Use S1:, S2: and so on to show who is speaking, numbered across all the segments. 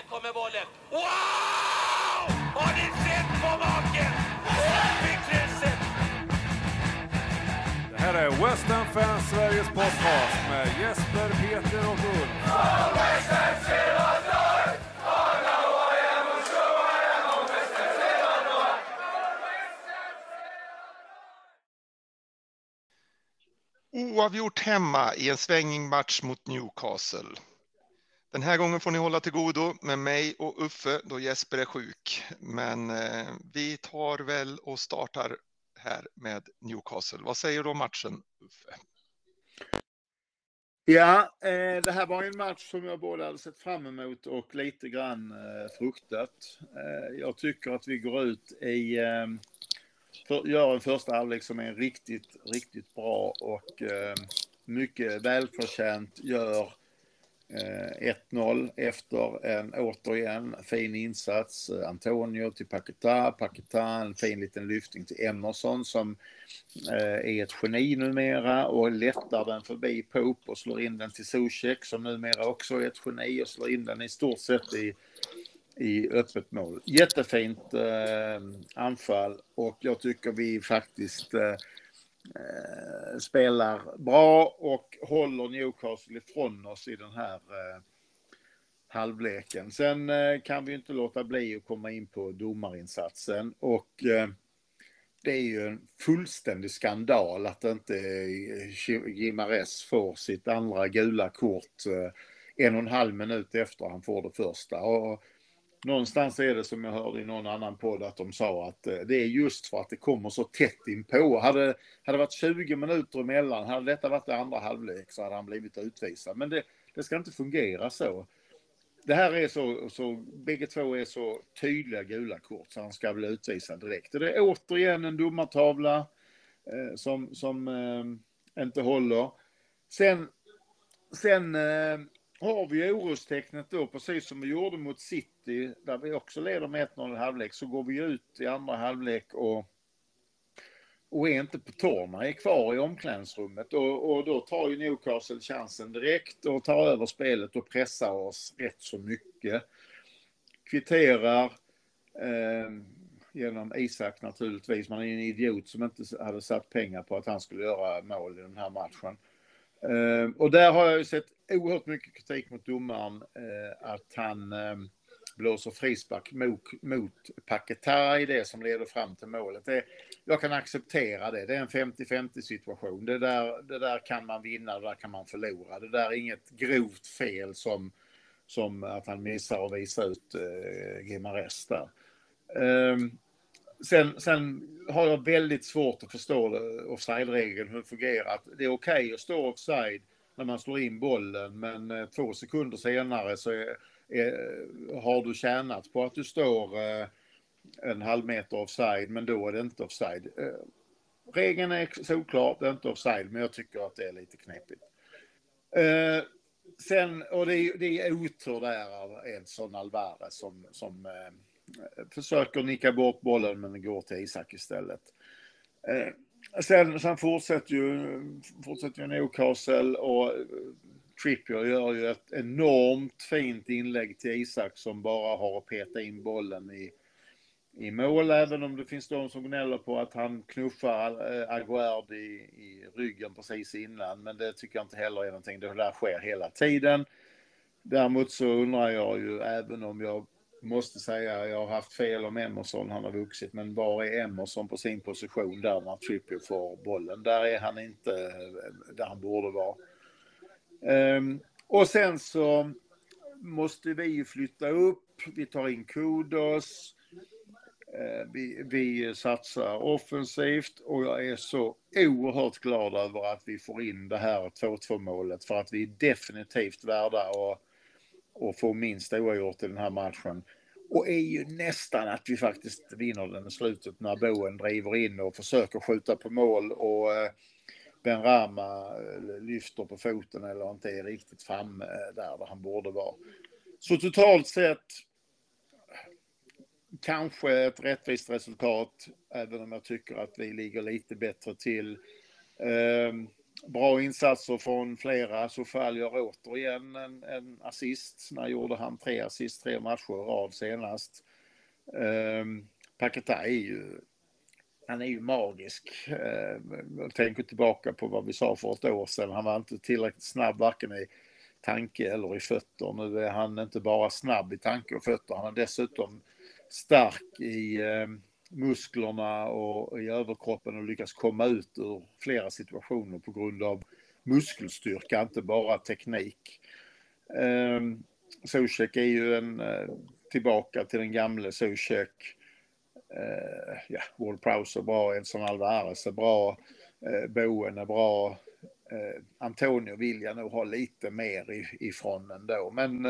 S1: Här kommer bollen. Wow! Har ni sett på maken? Upp i krysset!
S2: Det här är West Ham Fans Sveriges podcast med Jesper, Peter och Ulf.
S3: Oavgjort hemma i en svängingmatch mot Newcastle. Den här gången får ni hålla till godo med mig och Uffe då Jesper är sjuk. Men vi tar väl och startar här med Newcastle. Vad säger du om matchen, Uffe?
S4: Ja, det här var en match som jag både hade sett fram emot och lite grann fruktat. Jag tycker att vi går ut gör en första halvlek som är riktigt bra och mycket välförtjänt gör 1-0 efter en återigen fin insats. Antonio till Paquetá, en fin liten lyftning till Emerson som är ett geni numera och lättar den förbi Pope och slår in den till Soucek som numera också är ett geni och slår in den i stort sett i öppet mål. Jättefint anfall och jag tycker vi faktiskt spelar bra och håller Newcastle ifrån oss i den här halvleken. Sen kan vi inte låta bli att komma in på domarinsatsen och det är ju en fullständig skandal att inte Gimares får sitt andra gula kort 1,5 minut efter han får det första. Och någonstans är det som jag hörde i någon annan podd att de sa att det är just för att det kommer så tätt inpå. Hade det varit 20 minuter emellan, hade detta varit det andra halvlek så hade han blivit utvisad. Men det ska inte fungera så. Det här är så bägge två är så tydliga gula kort så han ska bli utvisad direkt. Det är återigen en domartavla som inte håller. Sen har vi orostecknet då, precis som vi gjorde mot City, där vi också leder med 1-0 i halvlek, så går vi ut i andra halvlek och är inte på tårna, är kvar i omklädningsrummet och då tar ju Newcastle chansen direkt och tar över spelet och pressar oss rätt så mycket. Kvitterar genom Isak naturligtvis, man är en idiot som inte hade satt pengar på att han skulle göra mål i den här matchen. Och där har jag ju sett oerhört mycket kritik mot domaren att han blåser frispark mot Paquetá i det som leder fram till målet. Jag kan acceptera det. Det är en 50-50 situation. Det där kan man vinna, det där kan man förlora. Det där är inget grovt fel som att han missar att visa ut Gimares där. Sen har jag väldigt svårt att förstå offside-regeln, hur det fungerar. Det är okej att stå offside när man slår in bollen, men 2 sekunder senare så har du tjänat på att du står en halv meter offside, men då är det inte offside. Regeln är såklart, det är inte offside, men jag tycker att det är lite knepigt. Sen, och det är otur där av Edson Alvarez som försöker nicka bort bollen men det går till Isak istället. Sen fortsätter ju Newcastle och Trippier gör ju ett enormt fint inlägg till Isak som bara har att peta in bollen i mål, även om det finns de som gnäller på att han knuffar Aguerd i ryggen precis innan, men det tycker jag inte heller är någonting. Det där sker hela tiden. Däremot så undrar jag ju, även om jag måste säga jag har haft fel om Emerson, han har vuxit, men var är Emerson på sin position där när Trippier får bollen? Där är han inte där han borde vara. Och sen så måste vi flytta upp, vi tar in Kudos, vi satsar offensivt och jag är så oerhört glad över att vi får in det här 2-2 målet, för att vi är definitivt värda och få minst oavgjort i den här matchen. Och är ju nästan att vi faktiskt vinner den i slutet när Bowen driver in och försöker skjuta på mål och Benrahma lyfter på foten eller inte är riktigt framme där han borde vara. Så totalt sett kanske ett rättvist resultat, även om jag tycker att vi ligger lite bättre till. bra insatser från flera. Sofall gör återigen en assist. När gjorde han 3 assist 3 matcher i rad senast. Paquetá han är ju magisk. Jag tänker tillbaka på vad vi sa för ett år sedan. Han var inte tillräckligt snabb varken i tanke eller i fötter. Nu är han inte bara snabb i tanke och fötter. Han är dessutom stark i musklerna och i överkroppen och lyckas komma ut ur flera situationer på grund av muskelstyrka, inte bara teknik. Soucek är ju tillbaka till den gamla Soucek. Ward Prowse är bra, Edson Alvarez är bra, Bowen är bra. Antonio vill jag nog ha lite mer ifrån ändå. Men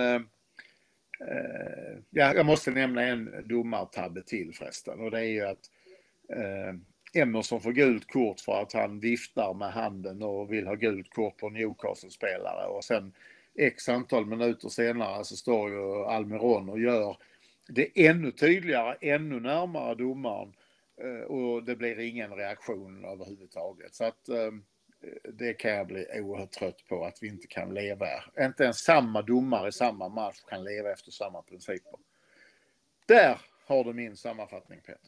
S4: jag måste nämna en domartabbe till förresten. Och det är ju att Emerson får gult kort för att han viftar med handen och vill ha gult kort på Newcastle-spelare. Och sen x antal minuter senare så står ju Almiron och gör det ännu tydligare, ännu närmare domaren. Och det blir ingen reaktion överhuvudtaget. Så att det kan jag bli oerhört trött på, att vi inte kan leva. Inte ens samma domare i samma match kan leva efter samma principer. Där har du min sammanfattning, Peter.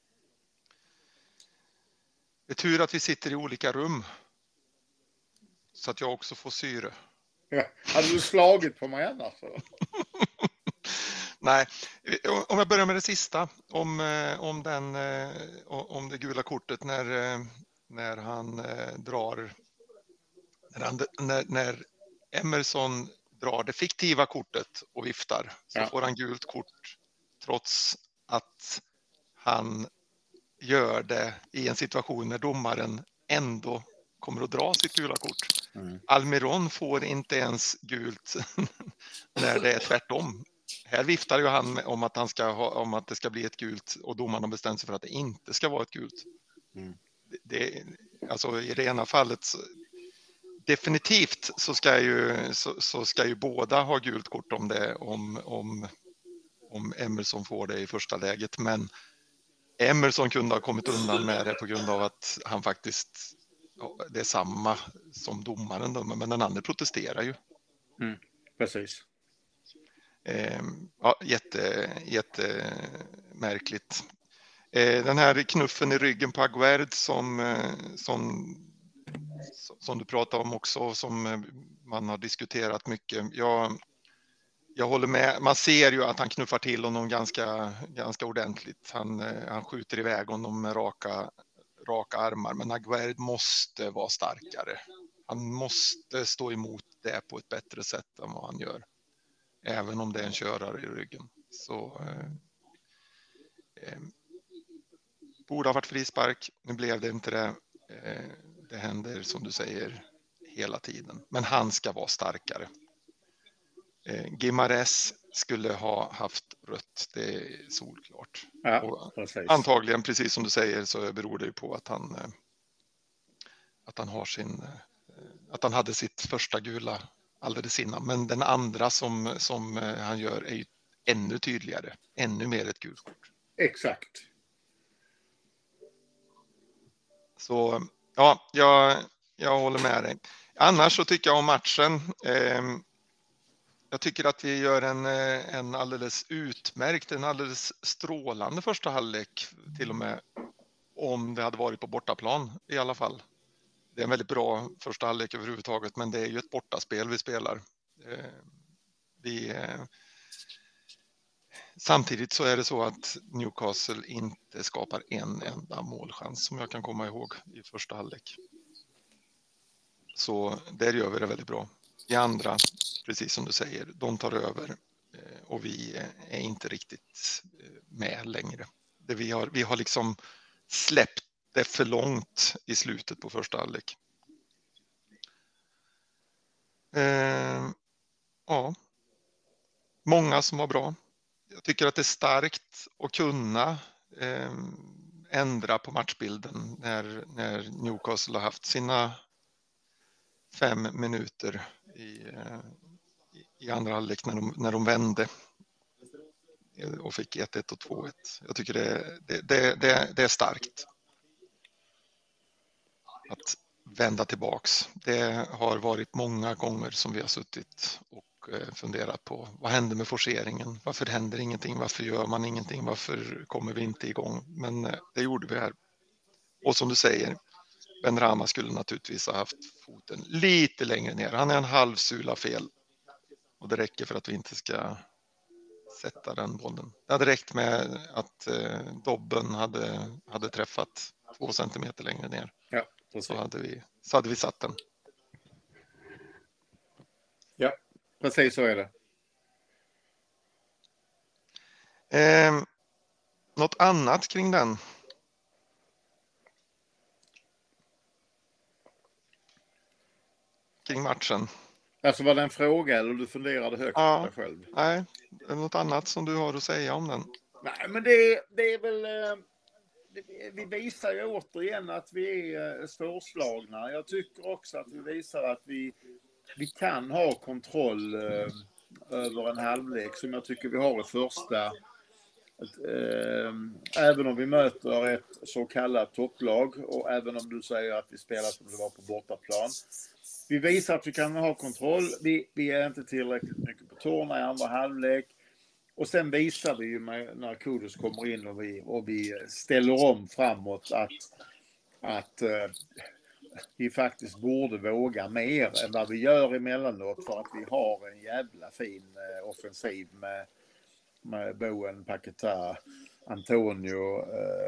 S3: Det är tur att vi sitter i olika rum. Så att jag också får syre.
S4: Ja. Hade du slagit på mig annars?
S3: Nej, om jag börjar med det sista. Om det gula kortet när han drar. När Emerson drar det fiktiva kortet och viftar, så får han gult kort trots att han gör det i en situation när domaren ändå kommer att dra sitt gula kort. Almiron får inte ens gult när det är tvärtom. Här viftar ju han om att om att det ska bli ett gult och domaren har bestämt sig för att det inte ska vara ett gult. Alltså i det ena fallet definitivt så ska ju båda ha gult kort om Emerson får det i första läget, men Emerson kunde ha kommit undan med det på grund av att han faktiskt, det är samma som domaren dömer, men den andra protesterar ju.
S4: Precis.
S3: Jättemärkligt. Den här knuffen i ryggen på Aguerd som du pratar om också, som man har diskuterat mycket. Jag håller med. Man ser ju att han knuffar till honom ganska ordentligt. Han skjuter iväg honom med raka armar, men Aguerd måste vara starkare. Han måste stå emot det på ett bättre sätt än vad han gör. Även om det är en körare i ryggen. Så borde ha varit frispark. Nu blev det inte det. Det händer som du säger hela tiden. Men han ska vara starkare. Guimarães skulle ha haft rött. Det är solklart.
S4: Ja,
S3: antagligen, precis som du säger, så beror det ju på att han hade sitt första gula alldeles innan. Men den andra som han gör är ju ännu tydligare. Ännu mer ett gult kort.
S4: Exakt. Så
S3: ja, jag håller med dig. Annars så tycker jag om matchen. Jag tycker att vi gör en alldeles utmärkt, en alldeles strålande första halvlek, till och med om det hade varit på bortaplan i alla fall. Det är en väldigt bra första halvlek överhuvudtaget, men det är ju ett bortaspel vi spelar. Samtidigt så är det så att Newcastle inte skapar en enda målchans som jag kan komma ihåg i första halvlek. Så där gör vi det väldigt bra. I andra, precis som du säger, de tar över och vi är inte riktigt med längre. Vi har liksom släppt det för långt i slutet på första halvlek. Ja, många som var bra. Jag tycker att det är starkt att kunna ändra på matchbilden när Newcastle har haft sina 5 minuter i andra halvlek när de vände och fick 1-1 och 2-1. Jag tycker det är starkt att vända tillbaks. Det har varit många gånger som vi har suttit och funderat på vad händer med forceringen? Varför händer ingenting? Varför gör man ingenting? Varför kommer vi inte igång? Men det gjorde vi här. Och som du säger, Benrahma skulle naturligtvis ha haft foten lite längre ner. Han är en halv sula fel. Och det räcker för att vi inte ska sätta den bollen. Det hade räckt med att Dobben hade träffat 2 centimeter längre ner.
S4: Ja,
S3: så hade vi satt den.
S4: Ja, precis så är det.
S3: Något annat kring den? Kring matchen?
S4: Alltså var det en fråga eller du funderade högt på dig själv?
S3: Nej, något annat som du har att säga om den?
S4: Nej, men det är väl... Vi visar ju återigen att vi är svårslagna. Jag tycker också att vi visar att vi kan ha kontroll över en halvlek som jag tycker vi har i första. Även om vi möter ett så kallat topplag och även om du säger att vi spelar som det var på bortaplan. Vi visar att vi kan ha kontroll. Vi är inte tillräckligt mycket på tårna i andra halvlek. Och sen visar vi ju när Kudus kommer in och vi ställer om framåt att vi faktiskt borde våga mer än vad vi gör emellanåt för att vi har en jävla fin offensiv med Bowen, Paquetá, Antonio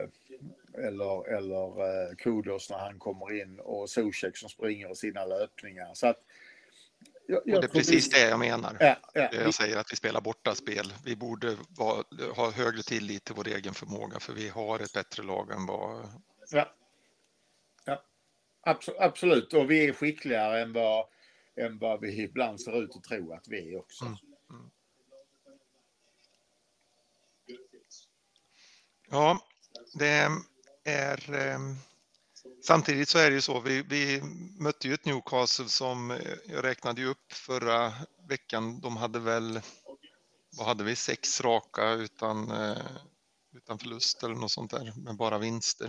S4: eller Kudus när han kommer in och Zuzek som springer i sina löpningar. Så att
S3: det är precis det jag menar.
S4: Ja.
S3: Jag säger att vi spelar borta spel. Vi borde ha högre tillit till vår egen förmåga för vi har ett bättre lag än vad...
S4: Ja. Absolut. Och vi är skickligare än vad vi ibland ser ut att tro att vi är också.
S3: Ja, det är... Samtidigt så är det ju så, vi mötte ju ett Newcastle som jag räknade ju upp förra veckan. De hade väl, 6 raka utan förlust eller något sånt där, med bara vinster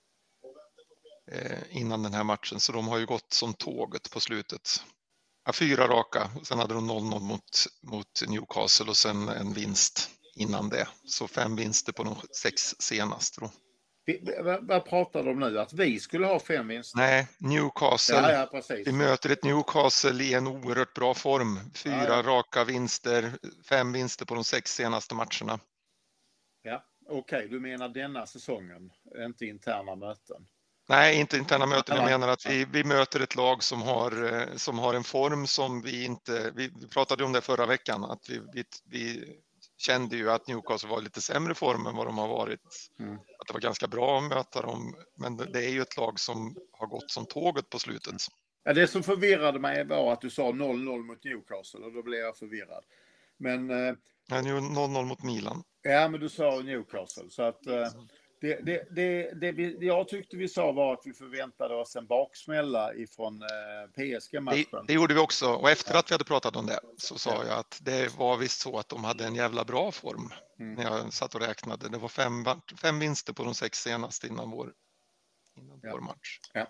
S3: innan den här matchen. Så de har ju gått som tåget på slutet. 4 raka, sen hade de 0-0 mot Newcastle och sen en vinst innan det. Så 5 vinster på de 6 senaste då.
S4: Vad pratar de om nu? Att vi skulle ha 5 vinster?
S3: Nej, Newcastle.
S4: Ja, precis.
S3: Vi möter ett Newcastle i en oerhört bra form. 4 raka vinster, 5 vinster på de 6 senaste matcherna.
S4: Ja, okej. Du menar denna säsongen, inte interna möten?
S3: Nej, inte interna möten. Jag menar att vi möter ett lag som har en form som vi inte... Vi pratade om det förra veckan, att vi kände ju att Newcastle var lite sämre form än vad de har varit. Att det var ganska bra att möta dem. Men det är ju ett lag som har gått som tåget på slutet.
S4: Ja, det som förvirrade mig var att du sa 0-0 mot Newcastle och då blev jag förvirrad. Men...
S3: 0-0 mot Milan.
S4: Ja, men du sa Newcastle. Så att jag tyckte vi sa var att vi förväntade oss en baksmälla ifrån PSG-matchen.
S3: Det gjorde vi också. Och efter att vi hade pratat om det så sa jag att det var visst så att de hade en jävla bra form. När jag satt och räknade. Det var 5 vinster på de 6 senaste innan vår match. Ja.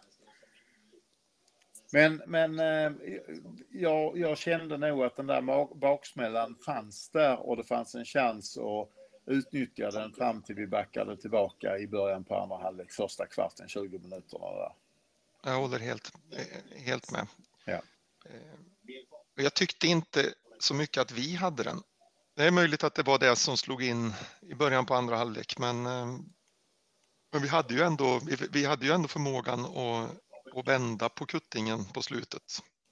S4: Men jag kände nog att den där baksmällan fanns där och det fanns en chans att utnyttja den fram till vi backade tillbaka i början på andra halvlek, första kvarten, 20 minuterna där.
S3: Jag håller helt med.
S4: Ja.
S3: Jag tyckte inte så mycket att vi hade den. Det är möjligt att det var det som slog in i början på andra halvlek, men vi hade ju ändå förmågan att vända på kuttingen på slutet.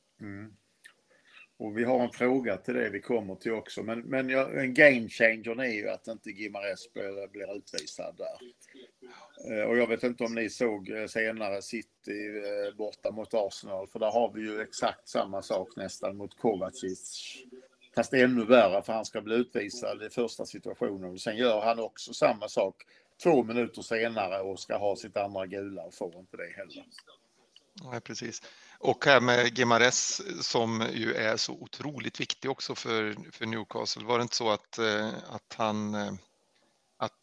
S4: Och vi har en fråga till det vi kommer till också. Men en game changer är ju att inte Gimares blir utvisad där. Och jag vet inte om ni såg senare City borta mot Arsenal. För där har vi ju exakt samma sak nästan mot Kovacic. Fast ännu värre för han ska bli utvisad i första situationen. Och sen gör han också samma sak 2 minuter senare och ska ha sitt andra gula och får inte det heller.
S3: Ja, precis. Och här med Gimares som ju är så otroligt viktig också för Newcastle. Var det inte så att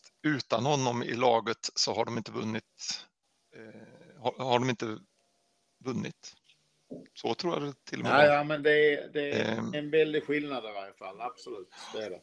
S3: utan honom i laget så har de inte vunnit, har de inte vunnit. Så tror jag det till och med var.
S4: Ja, men det är en väldig skillnad i varje fall. Absolut, det är det.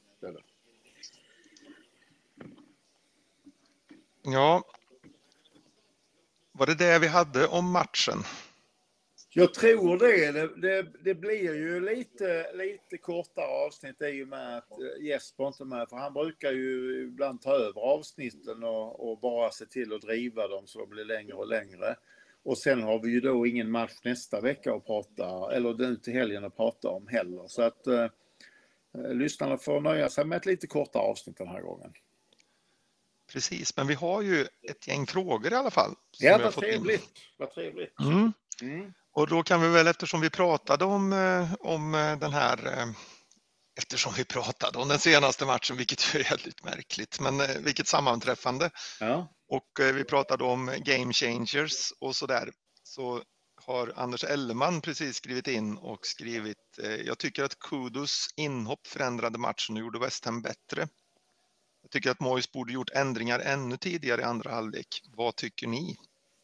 S3: Ja. Var det vi hade om matchen?
S4: Jag tror det blir ju lite kortare avsnitt i och med att Jesper inte är med. För han brukar ju ibland ta över avsnitten och bara se till att driva dem så de blir längre och längre. Och sen har vi ju då ingen match nästa vecka att prata, eller nu till helgen att prata om heller. Så att lyssnarna får nöja sig med ett lite kortare avsnitt den här gången.
S3: Precis, men vi har ju ett gäng frågor i alla fall.
S4: Ja, vad trevligt.
S3: Och då kan vi väl, eftersom vi pratade om den här, eftersom vi pratade om den senaste matchen, vilket är helt märkligt, men vilket sammanträffande.
S4: Ja.
S3: Och vi pratade om game changers och sådär. Så har Anders Elleman precis skrivit in och skrivit: jag tycker att Kudos inhopp förändrade matchen och gjorde West Ham bättre. Jag tycker att Moyes borde gjort ändringar ännu tidigare i andra halvlek. Vad tycker ni?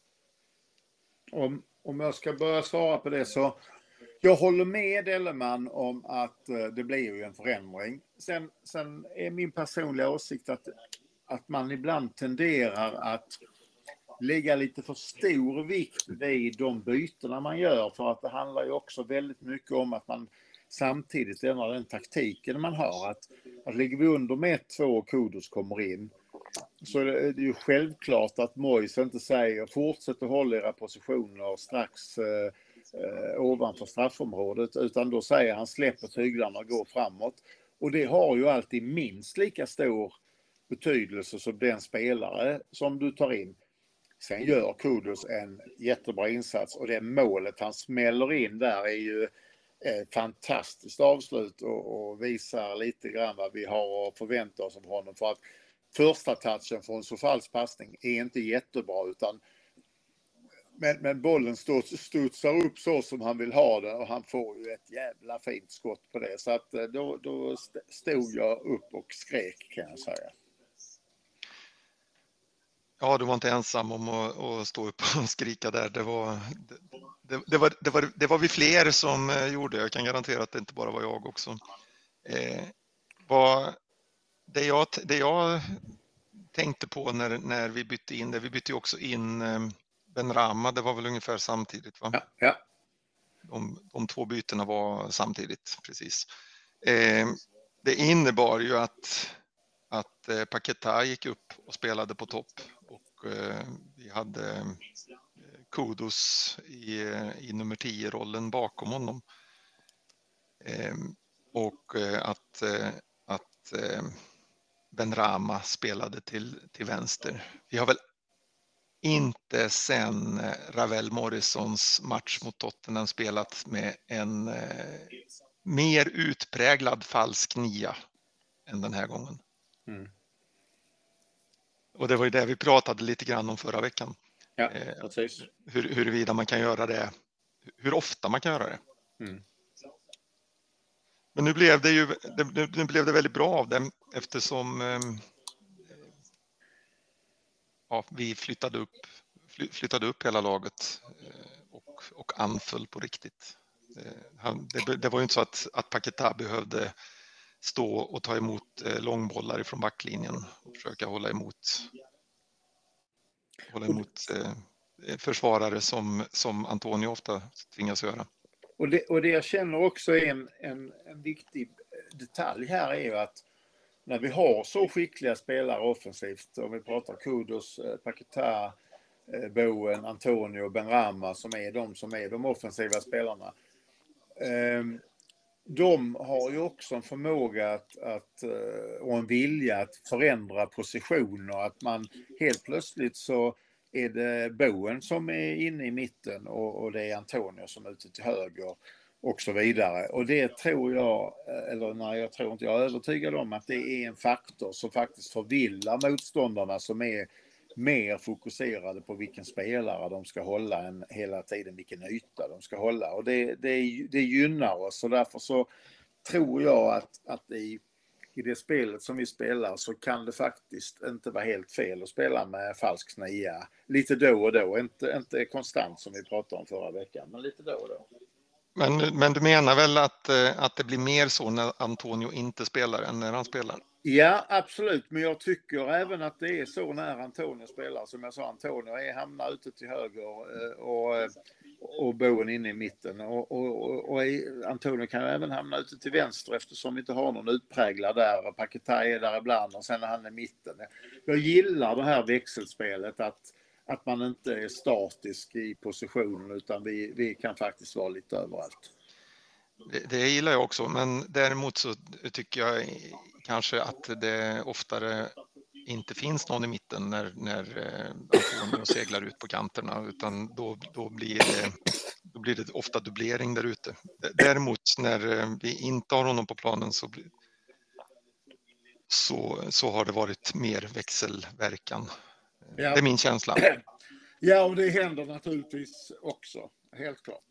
S4: Om jag ska börja svara på det så jag håller med Elleman om att det blir ju en förändring. Sen är min personliga åsikt att man ibland tenderar att lägga lite för stor vikt vid de bytena man gör, för att det handlar ju också väldigt mycket om att man samtidigt ändrar den taktiken man har. Att ligger vi under med 1-2 och Kudos kommer in, så är det ju självklart att Moyes inte säger fortsätt att hålla era positioner strax ovanför straffområdet, utan då säger han släpper tyglarna och går framåt. Och det har ju alltid minst lika stor betydelse som den spelare som du tar in. Sen gör Kudos en jättebra insats och det målet han smäller in där är ju ett fantastiskt avslut och visar lite grann vad vi har att förvänta oss av honom. För att första touchen från Sofals passning är inte jättebra, utan men bollen studsar upp så som han vill ha det och han får ju ett jävla fint skott på det. Så att då stod jag upp och skrek, kan jag säga.
S3: Ja, du var inte ensam om att stå upp och skrika där. Det var vi fler som gjorde. Jag kan garantera att det inte bara var jag också. Det jag tänkte på när vi bytte in det, vi bytte ju också in Benrahma, det var väl ungefär samtidigt, va?
S4: Ja.
S3: De två bytena var samtidigt, precis. Det innebar ju att Paquetá gick upp och spelade på topp och vi hade Kudos i nummer 10-rollen bakom honom. Och att Benrahma spelade till vänster. Vi har väl inte sen Ravel Morrisons match mot Tottenham spelat med en mer utpräglad falsk nia än den här gången.
S4: Mm.
S3: Och det var ju det vi pratade lite grann om förra veckan.
S4: Ja, precis.
S3: Huruvida man kan göra det, hur ofta man kan göra det.
S4: Mm.
S3: Men nu blev det väldigt bra av det, eftersom vi flyttade upp hela laget och anföll på riktigt. Det var ju inte så att Paquetá behövde stå och ta emot långbollar ifrån backlinjen och försöka hålla emot försvarare som Antonio ofta tvingas göra.
S4: Och det jag känner också är en viktig detalj här är ju att när vi har så skickliga spelare offensivt, om vi pratar Kudos, Paquetá, Bowen, Antonio och Benrahma som är de offensiva spelarna. De har ju också en förmåga och en vilja att förändra positioner. Att man helt plötsligt så är det Bowen som är inne i mitten och det är Antonio som är ute till höger och så vidare. Och det tror jag, jag tror inte, jag är övertygad om att det är en faktor som faktiskt förvillar motståndarna som är mer fokuserade på vilken spelare de ska hålla än hela tiden vilken yta de ska hålla. Och det gynnar oss, och därför så tror jag att i i det spelet som vi spelar så kan det faktiskt inte vara helt fel att spela med falsk 9. Lite då och då, inte konstant som vi pratade om förra veckan, men lite då och då.
S3: Men du menar väl att det blir mer så när Antonio inte spelar än när han spelar?
S4: Ja, absolut. Men jag tycker även att det är så när Antonio spelar. Som jag sa, Antonio hamnar ute till höger och Bowen inne i mitten. Och Antonio kan även hamna ute till vänster eftersom vi inte har någon utpräglad där. Paquetá är där ibland och sen är han i mitten. Jag gillar det här växelspelet att man inte är statisk i positionen utan vi kan faktiskt vara lite överallt.
S3: Det gillar jag också, men däremot så tycker jag kanske att det oftare inte finns någon i mitten när Antonio seglar ut på kanterna, utan då blir det ofta dubblering där ute. Däremot när vi inte har honom på planen så har det varit mer växelverkan. Ja. Det är min känsla.
S4: Ja, och det händer naturligtvis också, helt klart.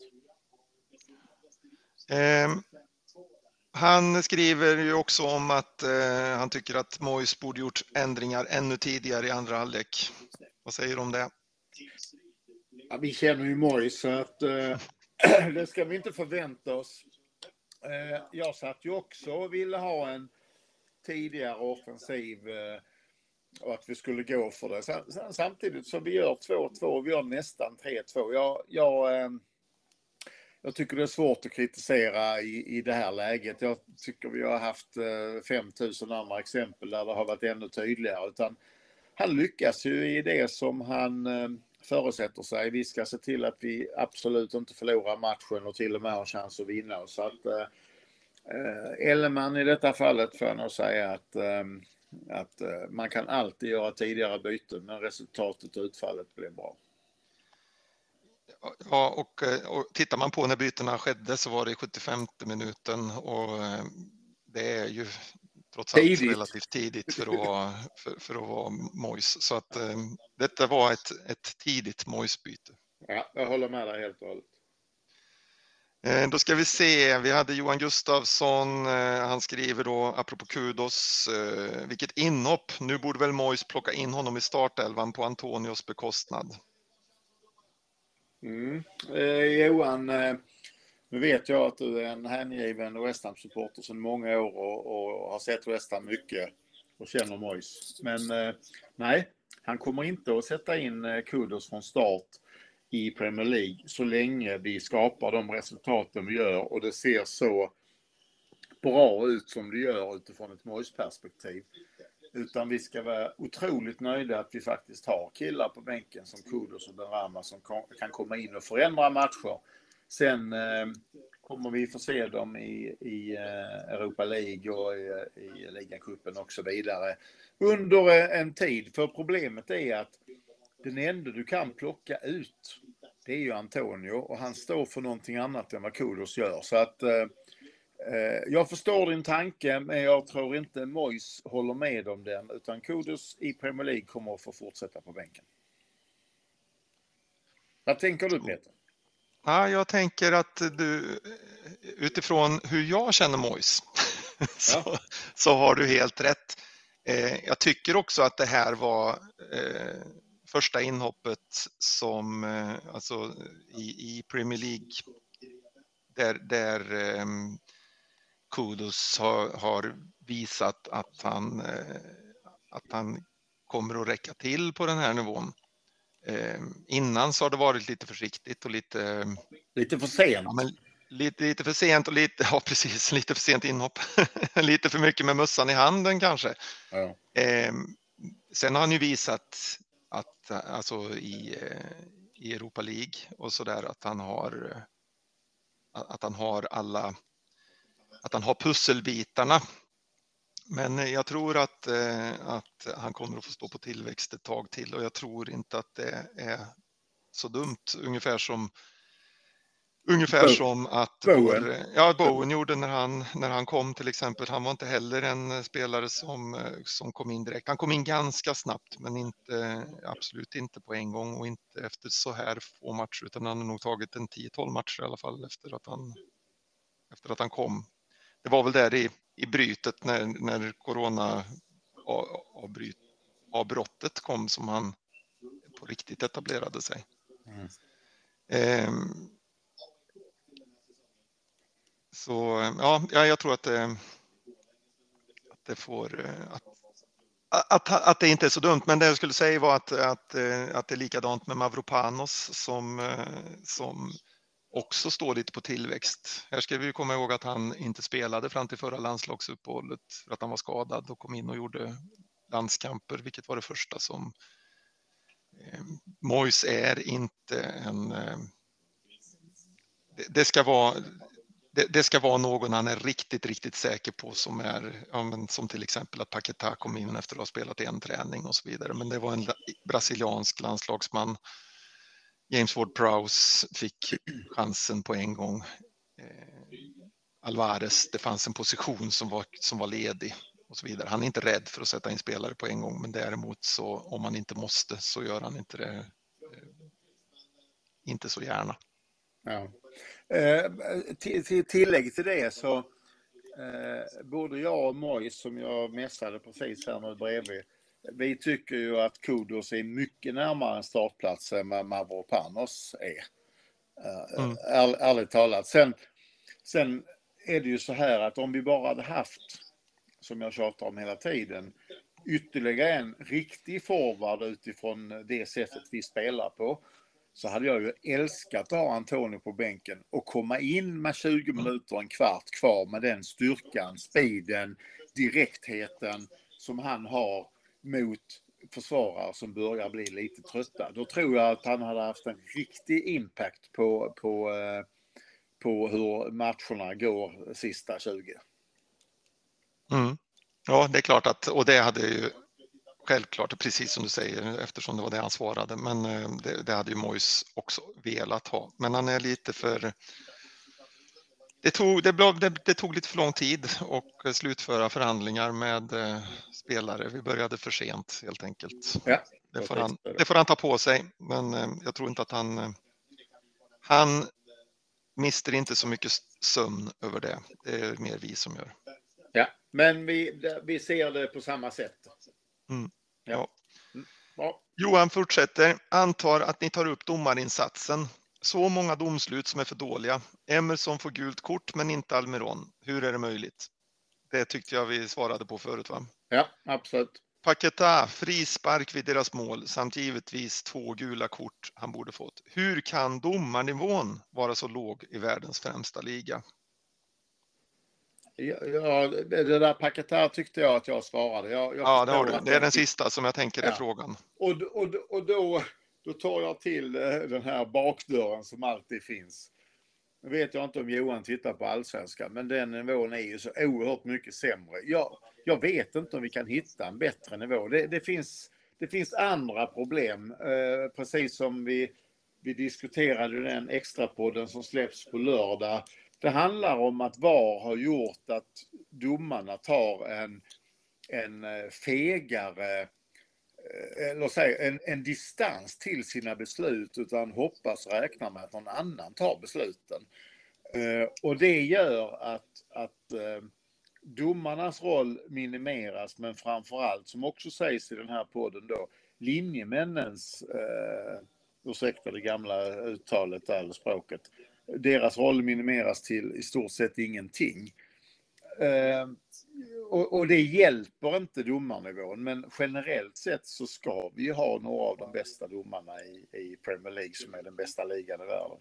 S3: Han skriver ju också om att han tycker att Moyes borde gjort ändringar ännu tidigare i andra halvlek. Vad säger du om det?
S4: Ja, vi känner ju Moyes så att det ska vi inte förvänta oss. Jag satt ju också och ville ha en tidigare offensiv och att vi skulle gå för det. Samtidigt så vi gör 2-2, vi gör nästan 3-2. Jag tycker det är svårt att kritisera i det här läget. Jag tycker vi har haft 5000 andra exempel där det har varit ännu tydligare. Utan han lyckas ju i det som han förutsätter sig. Vi ska se till att vi absolut inte förlorar matchen och till och med har chans att vinna. Så att Elleman i detta fallet får jag nog säga att man kan alltid göra tidigare byten men resultatet och utfallet blir bra.
S3: Ja, och tittar man på när bytena skedde så var det i 75:e minuten och det är ju trots allt relativt tidigt för att vara Moyes. Så att detta var ett tidigt Moyes-byte.
S4: Ja, jag håller med dig helt och hållet.
S3: Då ska vi se, vi hade Johan Gustafsson, han skriver då apropå Kudos, vilket inhopp, nu borde väl Moyes plocka in honom i startelvan på Antonios bekostnad.
S4: Johan, nu vet jag att du är en hängiven West Ham-supporter sedan många år och har sett West Ham mycket och känner Moyes. Men nej, han kommer inte att sätta in Kudos från start i Premier League så länge vi skapar de resultaten vi gör och det ser så bra ut som det gör utifrån ett Moyes-perspektiv. Utan vi ska vara otroligt nöjda att vi faktiskt har killar på bänken som Kudos och Benrahma som kan komma in och förändra matcher. Sen kommer vi få se dem i Europa League och i ligacupen och så vidare under en tid. För problemet är att den enda du kan plocka ut det är ju Antonio och han står för någonting annat än vad Kudos gör. Så att jag förstår din tanke men jag tror inte Moyes håller med om den utan Kudos i Premier League kommer att få fortsätta på bänken. Vad tänker du Peter?
S3: Ja, jag tänker att du utifrån hur jag känner Moyes så har du helt rätt. Jag tycker också att det här var första inhoppet som alltså i Premier League där Kudos har visat att han kommer att räcka till på den här nivån. Innan så har det varit lite försiktigt och lite
S4: för sent.
S3: Ja, men lite för sent och lite för sent inhopp. Lite för mycket med mössan i handen kanske. Ja. Sen har han ju visat att alltså i Europa League och så där att han har pusselbitarna. Men jag tror att han kommer att få stå på tillväxt ett tag till och jag tror inte att det är så dumt. Ungefär som att Bowen gjorde när han kom till exempel. Han var inte heller en spelare som kom in direkt. Han kom in ganska snabbt men absolut inte på en gång och inte efter så här få matcher utan han har nog tagit en 10-12 matcher i alla fall efter att han kom. det var väl där i brytet när corona avbrottet kom som han på riktigt etablerade sig. Så ja, jag tror att det får att det inte är så dumt, men det jag skulle säga var att det är likadant med Mavropanos som också står lite på tillväxt. Här ska vi komma ihåg att han inte spelade fram till förra landslagsuppehållet för att han var skadad och kom in och gjorde landskamper, vilket var det första som Moyes är inte en... Det ska vara någon han är riktigt säker på som är, som till exempel att Paquetá kom in efter att ha spelat en träning och så vidare. Men det var en brasiliansk landslagsman. James Ward-Prowse fick chansen på en gång. Alvarez, det fanns en position som var ledig och så vidare. Han är inte rädd för att sätta in spelare på en gång, men däremot så om man inte måste så gör han inte det inte så gärna.
S4: Ja. Tillägg till det så både jag och Moyes, som jag mässade precis här nu bredvid, vi tycker ju att Kudus är mycket närmare en startplats än vad Mavropanos är. Ärligt talat. Sen är det ju så här att om vi bara hade haft, som jag tjatar om hela tiden, ytterligare en riktig forward utifrån det sättet vi spelar på, så hade jag ju älskat att ha Antonio på bänken och komma in med 20 minuter och en kvart kvar med den styrkan, speeden, direktheten som han har mot försvarare som börjar bli lite trötta. Då tror jag att han hade haft en riktig impact på hur matcherna går sista 20.
S3: Ja, det är klart att, och det hade ju självklart, precis som du säger, eftersom det var det han svarade, men det hade ju Moyes också velat ha. Men han är lite för... Det tog lite för lång tid att slutföra förhandlingar med spelare. Vi började för sent helt enkelt.
S4: Ja,
S3: det får han ta på sig, men jag tror inte att han mister inte så mycket sömn över det. Det är mer vi som gör.
S4: Ja, men vi ser det på samma sätt.
S3: Ja.
S4: Ja.
S3: Johan fortsätter. Antar att ni tar upp domarinsatsen. Så många domslut som är för dåliga. Emerson får gult kort men inte Almiron. Hur är det möjligt? Det tyckte jag vi svarade på förut, va?
S4: Ja, absolut.
S3: Paquetá, frispark vid deras mål samt givetvis 2 gula kort han borde fått. Hur kan domarnivån vara så låg i världens främsta liga?
S4: Ja, det där Paquetá tyckte jag att jag svarade.
S3: Ja, det har du. Det är den sista som jag tänker är frågan.
S4: Och då tar jag till den här bakdörren som alltid finns. Nu vet jag inte om Johan tittar på allsvenskan, men den nivån är ju så oerhört mycket sämre. Jag vet inte om vi kan hitta en bättre nivå. Det finns andra problem, precis som vi diskuterade den extrapodden som släpps på lördag. Det handlar om att VAR har gjort att domarna tar en fegare, eller säga, en distans till sina beslut, utan hoppas räkna med att någon annan tar besluten. Och det gör att domarnas roll minimeras, men framförallt, som också sägs i den här podden då, linjemännens, ursäkta det gamla uttalet eller språket, deras roll minimeras till i stort sett ingenting. Och det hjälper inte domarnivån, men generellt sett så ska vi ha några av de bästa domarna i Premier League, som är den bästa ligan i världen.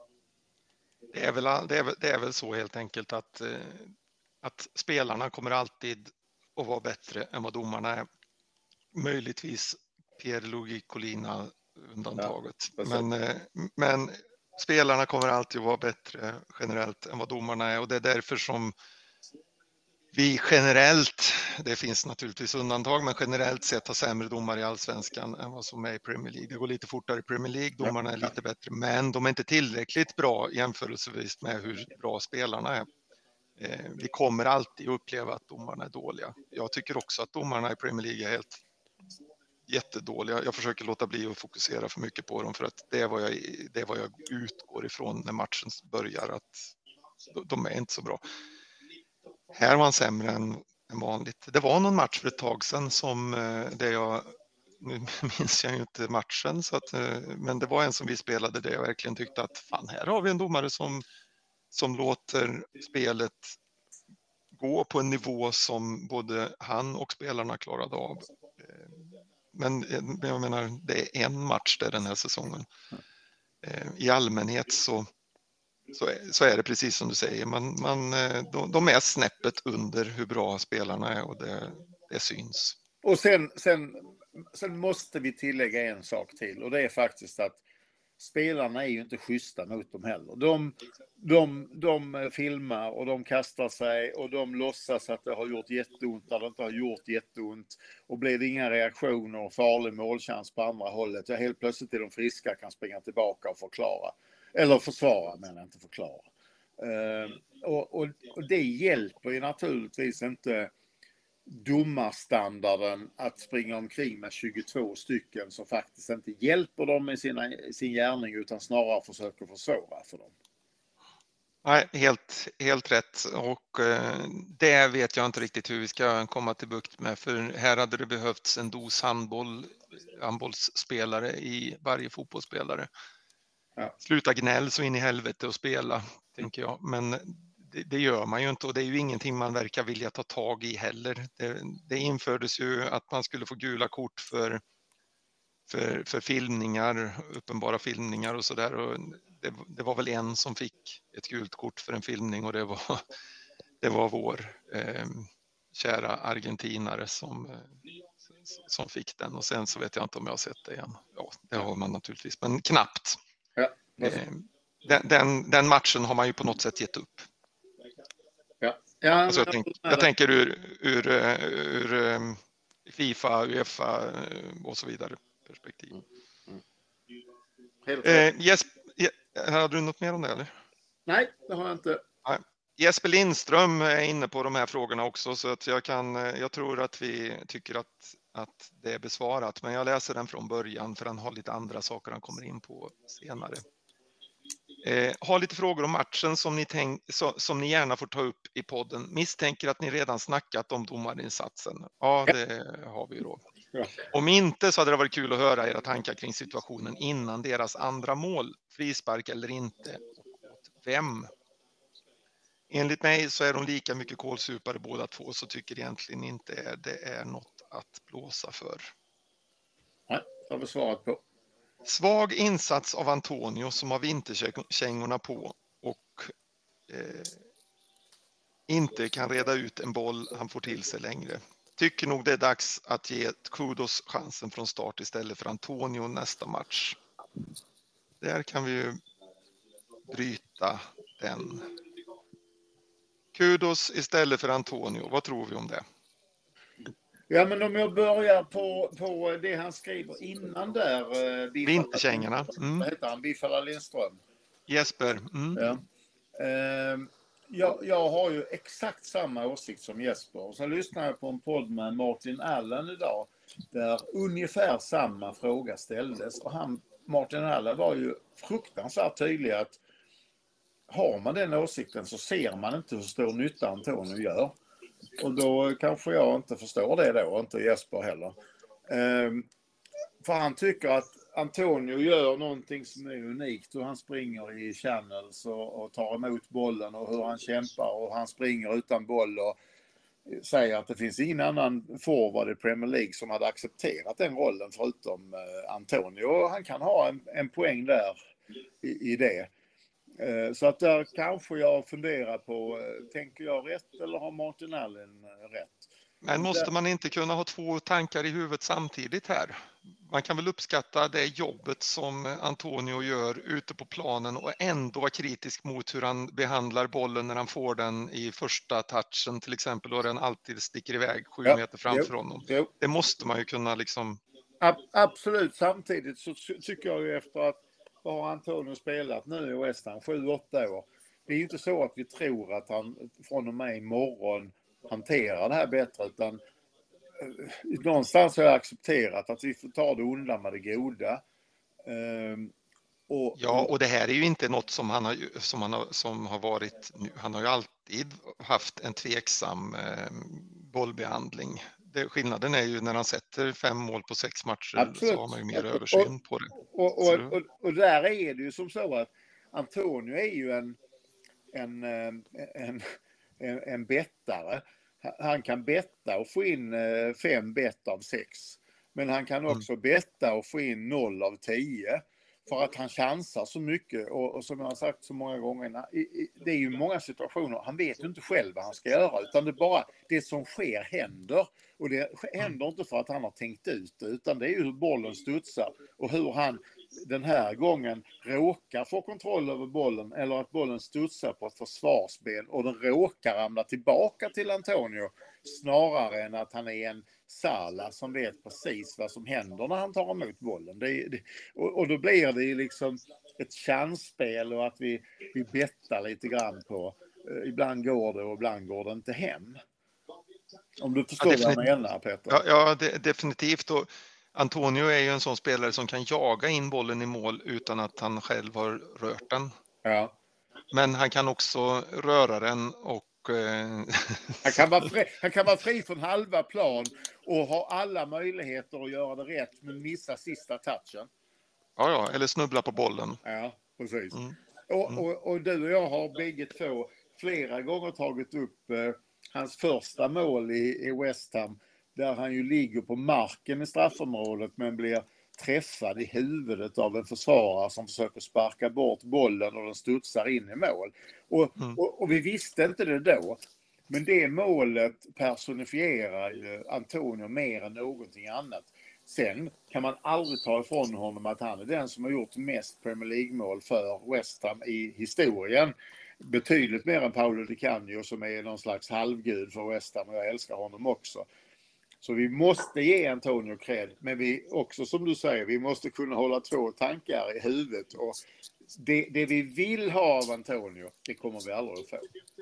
S3: Det är väl så helt enkelt att spelarna kommer alltid att vara bättre än vad domarna är. Möjligtvis Pierluigi Collina undantaget.
S4: Ja,
S3: men spelarna kommer alltid att vara bättre generellt än vad domarna är, och det är därför som vi generellt, det finns naturligtvis undantag, men generellt sett har sämre domare i allsvenskan än vad som är i Premier League. Det går lite fortare i Premier League, domarna är lite bättre, men de är inte tillräckligt bra jämförelsevis med hur bra spelarna är. Vi kommer alltid uppleva att domarna är dåliga. Jag tycker också att domarna i Premier League är helt jättedåliga. Jag försöker låta bli att fokusera för mycket på dem, för att det är vad jag utgår ifrån när matchen börjar, att de är inte så bra. Här var han sämre än vanligt. Det var någon match för ett tag sedan som nu minns jag ju inte matchen, men det var en som vi spelade där jag verkligen tyckte att fan, här har vi en domare som låter spelet gå på en nivå som både han och spelarna klarade av. Men jag menar, det är en match där den här säsongen. I allmänhet så är det precis som du säger. De är snäppet under hur bra spelarna är och det syns.
S4: Och sen måste vi tillägga en sak till, och det är faktiskt att spelarna är ju inte schyssta mot dem heller. De filmar och de kastar sig och de låtsas att det har gjort jätteont när det inte har gjort jätteont. Och blir det inga reaktioner och farlig målchans på andra hållet, ja, helt plötsligt är de friska, kan springa tillbaka och förklara. Eller försvara, men inte förklara. Och det hjälper ju naturligtvis inte domarstandarden att springa omkring med 22 stycken som faktiskt inte hjälper dem med sin gärning utan snarare försöker försvåra för dem.
S3: Nej, helt rätt, och det vet jag inte riktigt hur vi ska komma till bukt med, för här hade det behövts en dos handbollsspelare i varje fotbollsspelare. Ja. Sluta gnäll så in i helvete och spela, tänker jag, men det gör man ju inte, och det är ju ingenting man verkar vilja ta tag i heller. Det infördes ju att man skulle få gula kort för filmningar, uppenbara filmningar och sådär, och det var väl en som fick ett gult kort för en filmning, och det var vår kära argentinare som fick den, och sen så vet jag inte om jag har sett det igen. Ja, det har man naturligtvis, men knappt. Ja. Den matchen har man ju på något sätt gett upp.
S4: Ja,
S3: alltså jag tänker ur FIFA, UEFA och så vidare perspektiv. Hade du något mer om det, eller?
S4: Nej, det har jag inte.
S3: Nej. Jesper Lindström är inne på de här frågorna också, så att jag tror att vi tycker att det är besvarat, men jag läser den från början för han har lite andra saker han kommer in på senare. Har lite frågor om matchen som ni gärna får ta upp i podden. Misstänker att ni redan snackat om domarinsatsen. Ja, det har vi då. Ja. Om inte så hade det varit kul att höra era tankar kring situationen innan deras andra mål. Frispark eller inte? Och åt vem? Enligt mig så är de lika mycket kolsupare båda två, så tycker egentligen inte det är något att blåsa för.
S4: Nej, det har vi svarat på.
S3: Svag insats av Antonio som har vinterkängorna på och inte kan reda ut en boll han får till sig längre. Tycker nog det är dags att ge Kudos chansen från start istället för Antonio nästa match. Där kan vi ju bryta den. Kudos istället för Antonio, vad tror vi om det?
S4: Ja, men om jag börjar på det han skriver innan där.
S3: Vinterkängorna.
S4: Vad heter han? Biffala Lindström.
S3: Jesper.
S4: Ja. Jag har ju exakt samma åsikt som Jesper. Och så lyssnade jag på en podd med Martin Allen idag där ungefär samma fråga ställdes. Och Martin Allen var ju fruktansvärt tydlig att har man den åsikten så ser man inte hur stor nytta Antonio gör. Och då kanske jag inte förstår det då, inte Jesper heller. För han tycker att Antonio gör någonting som är unikt. Hur han springer i channels och tar emot bollen och hur han kämpar och han springer utan boll och säger att det finns ingen annan forward i Premier League som hade accepterat den rollen förutom Antonio. Och han kan ha en poäng där i det. Så att där kanske jag funderar på, tänker jag rätt eller har Martin Allen rätt?
S3: Men måste man inte kunna ha två tankar i huvudet samtidigt här? Man kan väl uppskatta det jobbet som Antonio gör ute på planen och ändå vara kritisk mot hur han behandlar bollen när han får den i första touchen till exempel, och den alltid sticker iväg 7 meter framför honom. Jo. Det måste man ju kunna liksom...
S4: Absolut, samtidigt så tycker jag ju efter att vad har Antonio spelat nu i West Ham 7-8 år. Det är ju inte så att vi tror att han från och med imorgon hanterar det här bättre, utan någonstans har jag accepterat att vi får ta det onda med det goda.
S3: Och det här är ju inte något som som har varit nu. Han har ju alltid haft en tveksam bollbehandling. Skillnaden är ju när han sätter 5 mål på 6 matcher.
S4: Absolut.
S3: Så har man ju mer översyn på det.
S4: Och där är det ju som så att Antonio är ju en bettare. Han kan betta och få in 5 bett av 6. Men han kan också betta och få in 0 av 10. För att han chansar så mycket och som jag har sagt så många gånger, det är ju många situationer, han vet ju inte själv vad han ska göra, utan det är bara det som sker händer. Och det händer inte för att han har tänkt ut det, utan det är ju hur bollen studsar och hur han den här gången råkar få kontroll över bollen, eller att bollen studsar på ett försvarsben och den råkar ramla tillbaka till Antonio, snarare än att han är en Salah som vet precis vad som händer när han tar emot bollen. Och då blir det ju liksom ett chansspel och att vi bettar lite grann på. Ibland går det och ibland går det inte hem. Om du förstår vad jag menar, Peter.
S3: Ja, definitivt. Och Antonio är ju en sån spelare som kan jaga in bollen i mål utan att han själv har rört den.
S4: Ja.
S3: Men han kan också röra den och
S4: han kan vara fri från halva plan och ha alla möjligheter att göra det rätt men missa sista touchen.
S3: Ja, eller snubbla på bollen.
S4: Ja, precis. Och du och jag har bägge två flera gånger tagit upp hans första mål i West Ham, där han ju ligger på marken i straffområdet men blir träffad i huvudet av en försvarare som försöker sparka bort bollen och den studsar in i mål. Och vi visste inte det då. Men det målet personifierar ju Antonio mer än någonting annat. Sen kan man aldrig ta ifrån honom att han är den som har gjort mest Premier League-mål för West Ham i historien. Betydligt mer än Paolo Di Canio som är någon slags halvgud för West Ham, och jag älskar honom också. Så vi måste ge Antonio cred, men vi också, som du säger, vi måste kunna hålla 2 tankar i huvudet. Och det vi vill ha av Antonio, det kommer vi aldrig att få.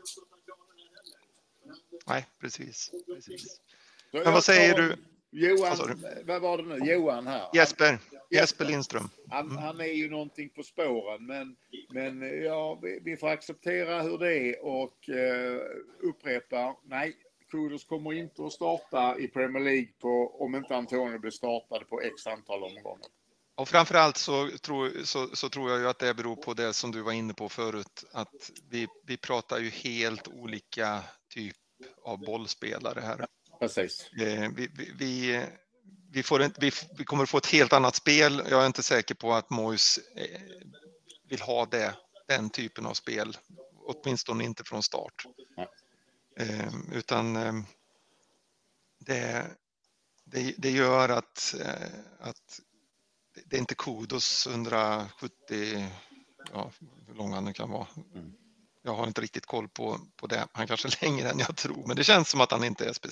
S3: Nej, precis. Men vad säger du?
S4: Johan, vad var det nu? Johan här.
S3: Jesper Lindström.
S4: Han är ju någonting på spåren, men ja, vi får acceptera hur det är och upprepa, nej, Kudus kommer inte att starta i Premier League om inte Antonio blir startad på x antal omgångar.
S3: Och framförallt så tror jag ju att det beror på det som du var inne på förut, att vi pratar ju helt olika typ av bollspelare här.
S4: Precis.
S3: Vi kommer få ett helt annat spel. Jag är inte säker på att Moyes vill ha den typen av spel, åtminstone inte från start.
S4: Ja.
S3: Utan det gör att det är inte Kudus 170, hur lång han kan vara. Jag har inte riktigt koll på det. Han kanske är längre än jag tror, men det känns som att han inte är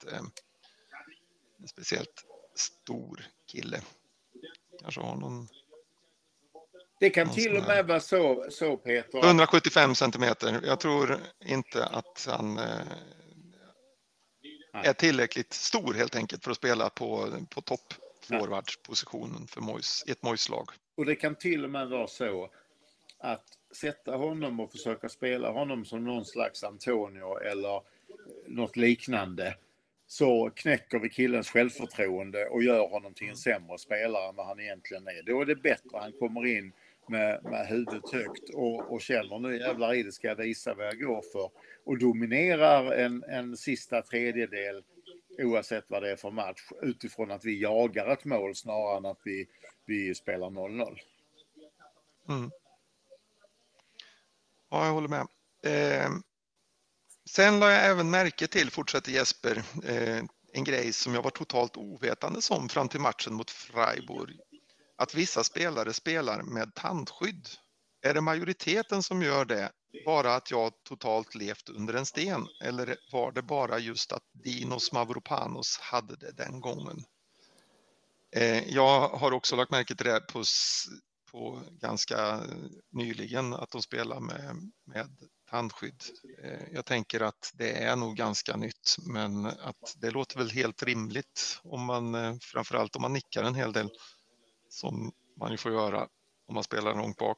S3: speciellt stor kille. Kanske har någon.
S4: Det kan till och med vara så Peter.
S3: 175 centimeter. Jag tror inte att han är tillräckligt stor helt enkelt för att spela på topp forwardspositionen för Moyes, i ett Moyes-lag.
S4: Och det kan till och med vara så att sätta honom och försöka spela honom som någon slags Antonio eller något liknande, så knäcker vi killens självförtroende och gör honom till en sämre spelare än vad han egentligen är. Då är det bättre han kommer in med huvudet högt och känner, nu jävlar i det ska jag visa vad jag går för, och dominerar en sista tredjedel oavsett vad det är för match, utifrån att vi jagar ett mål snarare än att vi spelar 0-0.
S3: Ja, jag håller med. Sen la jag även märke till, fortsätter Jesper, en grej som jag var totalt ovetande om fram till matchen mot Freiburg. Att vissa spelare spelar med tandskydd. Är det majoriteten som gör det? Bara att jag totalt levt under en sten? Eller var det bara just att Dinos Mavropanos hade det den gången? Jag har också lagt märke till det på ganska nyligen, att de spelar med tandskydd. Jag tänker att det är nog ganska nytt, men att det låter väl helt rimligt framförallt om man nickar en hel del, som man ju får göra om man spelar långt bak.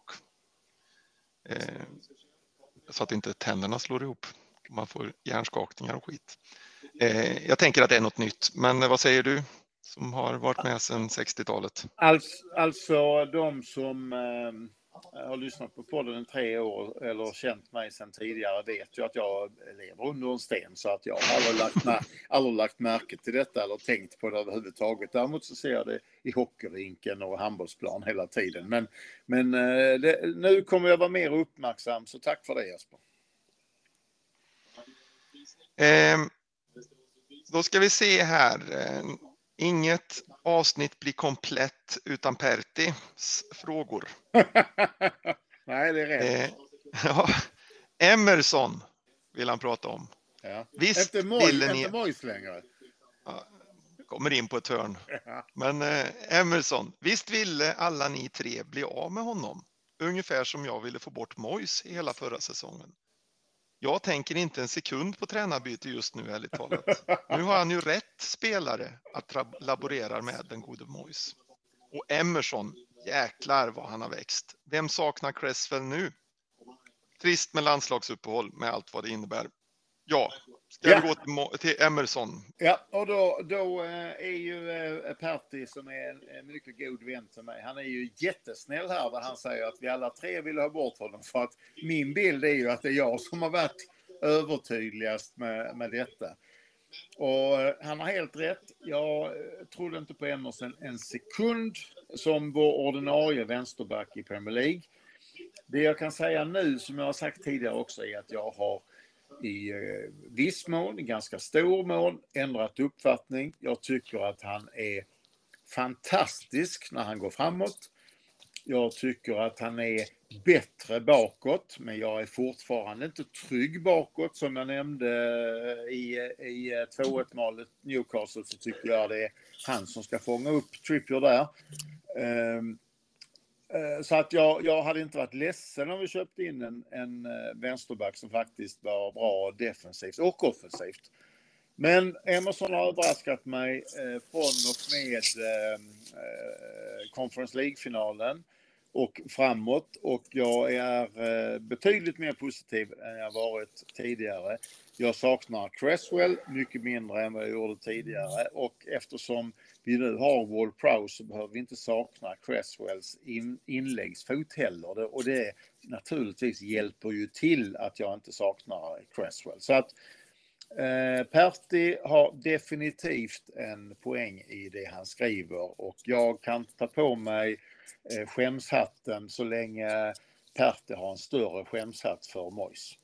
S3: Så att inte tänderna slår ihop. Man får hjärnskakningar och skit. Jag tänker att det är något nytt. Men vad säger du som har varit med sedan 60-talet?
S4: Alltså de som har lyssnat på podden i 3 år eller känt mig sedan tidigare vet ju att jag lever under en sten, så att jag har aldrig lagt märke till detta eller tänkt på det överhuvudtaget. Däremot så ser jag det i hockeyrinken och handbollsplan hela tiden. Men nu kommer jag vara mer uppmärksam, så tack för det, Jesper.
S3: Då ska vi se här. Inget avsnitt blir komplett utan Pertis frågor.
S4: Nej, det är rätt.
S3: Ja. Emerson vill han prata om.
S4: Ja.
S3: Visst
S4: inte Mojs längre.
S3: Ja, kommer in på ett hörn.
S4: Ja.
S3: Men Emerson, visst ville alla ni 3 bli av med honom? Ungefär som jag ville få bort Mojs i hela förra säsongen. Jag tänker inte en sekund på tränarbyte just nu, ärligt talat. Nu har han ju rätt spelare att laborera med, den gode Mojs. Och Emerson, jäklar vad han har växt. Vem saknar Cresswell nu? Trist med landslagsuppehåll med allt vad det innebär. Ja, ska vi gå till Emerson?
S4: Ja, och då är ju Pertti, som är en mycket god vän till mig, han är ju jättesnäll här där han säger att vi alla 3 vill ha bort honom, för att min bild är ju att det är jag som har varit övertydligast med detta. Och han har helt rätt. Jag trodde inte på Emerson en sekund som vår ordinarie vänsterback i Premier League. Det jag kan säga nu, som jag har sagt tidigare också, är att jag har i viss mån, ganska stor mån, ändrat uppfattning. Jag tycker att han är fantastisk när han går framåt. Jag tycker att han är bättre bakåt, men jag är fortfarande inte trygg bakåt. Som jag nämnde i 2-1-målet Newcastle, så tycker jag det är han som ska fånga upp Trippier där. Så att jag hade inte varit ledsen om vi köpte in en vänsterback som faktiskt var bra defensivt och offensivt. Men Emerson har överraskat mig från och med Conference League-finalen och framåt. Och jag är betydligt mer positiv än jag varit tidigare. Jag saknar Cresswell mycket mindre än vad jag gjorde tidigare. Och eftersom vi nu har Ward Prowse så behöver vi inte sakna Cresswells inläggsfot heller. Och det naturligtvis hjälper ju till att jag inte saknar Cresswell. Så att Pertti har definitivt en poäng i det han skriver. Och jag kan ta på mig skämshatten så länge Pertti har en större skämshatt för Mojs.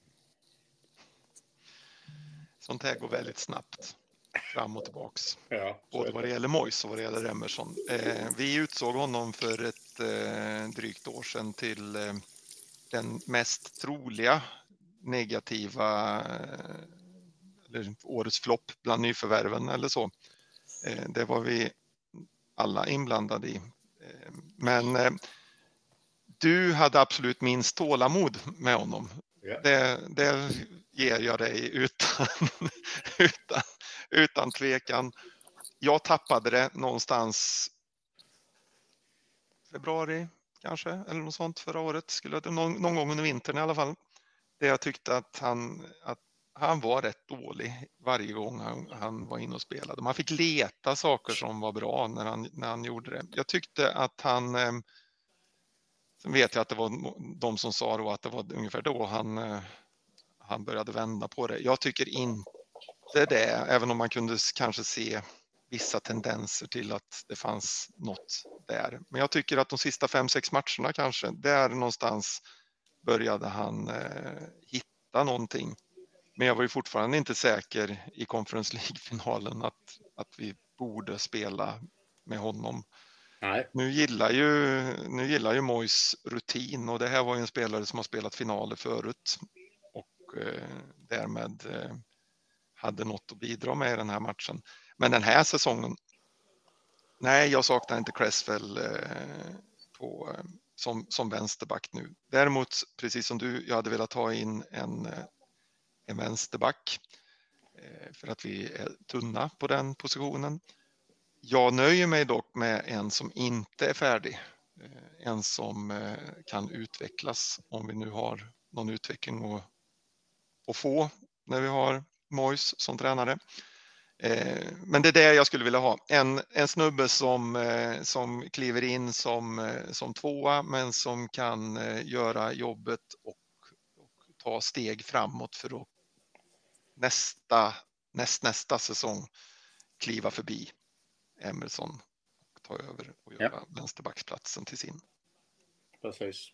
S3: Sånt här går väldigt snabbt fram och tillbaks.
S4: Ja,
S3: både vad det gäller Mojs och vad det gäller Emerson. Vi utsåg honom för ett drygt år sedan till den mest troliga negativa eller årets flopp bland nyförvärven eller så. Det var vi alla inblandade i. Men du hade absolut minst tålamod med honom. Ja. Det ger jag dig utan tvekan. Jag tappade det någonstans februari kanske, eller något sånt förra året. Någon gång under vintern i alla fall. Det jag tyckte att han var rätt dålig varje gång han var inne och spelade. Man fick leta saker som var bra när han gjorde det. Jag tyckte att han... Sen vet jag att det var de som sa då att det var ungefär då han började vända på det. Jag tycker inte det, även om man kunde kanske se vissa tendenser till att det fanns något där. Men jag tycker att de sista 5-6 matcherna kanske, där någonstans började han hitta någonting. Men jag var ju fortfarande inte säker i Conference League-finalen att vi borde spela med honom.
S4: Nej.
S3: Nu gillar ju Mojs rutin, och det här var ju en spelare som har spelat finaler förut och därmed hade något att bidra med i den här matchen. Men den här säsongen, nej, jag saknar inte Cresswell som vänsterback nu. Däremot, precis som du, jag hade velat ha in en vänsterback för att vi är tunna på den positionen. Jag nöjer mig dock med en som inte är färdig. En som kan utvecklas om vi nu har någon utveckling att få när vi har Moyes som tränare. Men det är det jag skulle vilja ha. En snubbe som kliver in som tvåa men som kan göra jobbet och ta steg framåt för att nästa säsong kliva förbi Emerson och ta över och göra vänsterbacksplatsen till sin.
S4: Precis.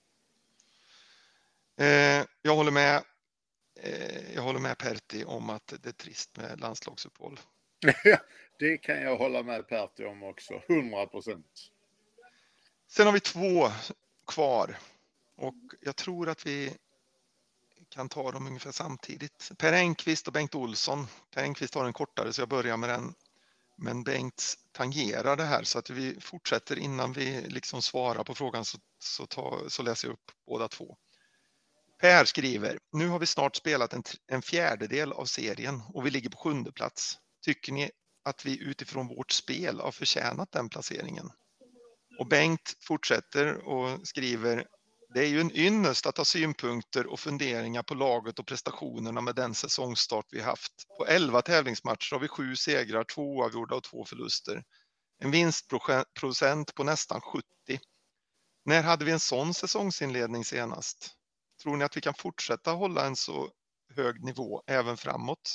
S3: Jag håller med Pertti om att det är trist med landslagsuppehåll.
S4: Det kan jag hålla med Pertti om också, 100%.
S3: Sen har vi 2 kvar och jag tror att vi kan ta dem ungefär samtidigt. Per Engqvist och Bengt Olsson. Per Engqvist har en kortare så jag börjar med den. Men Bengt tangerar det här så att vi fortsätter innan vi liksom svarar på frågan så läser jag upp båda 2. Per skriver, nu har vi snart spelat en fjärdedel av serien och vi ligger på 7:e plats. Tycker ni att vi utifrån vårt spel har förtjänat den placeringen? Och Bengt fortsätter och skriver, det är ju en ynnest att ha synpunkter och funderingar på laget och prestationerna med den säsongstart vi haft. På 11 tävlingsmatcher har vi 7 segrar, 2 oavgjorda och 2 förluster. En vinstprocent på nästan 70. När hade vi en sån säsongsinledning senast? Tror ni att vi kan fortsätta hålla en så hög nivå även framåt?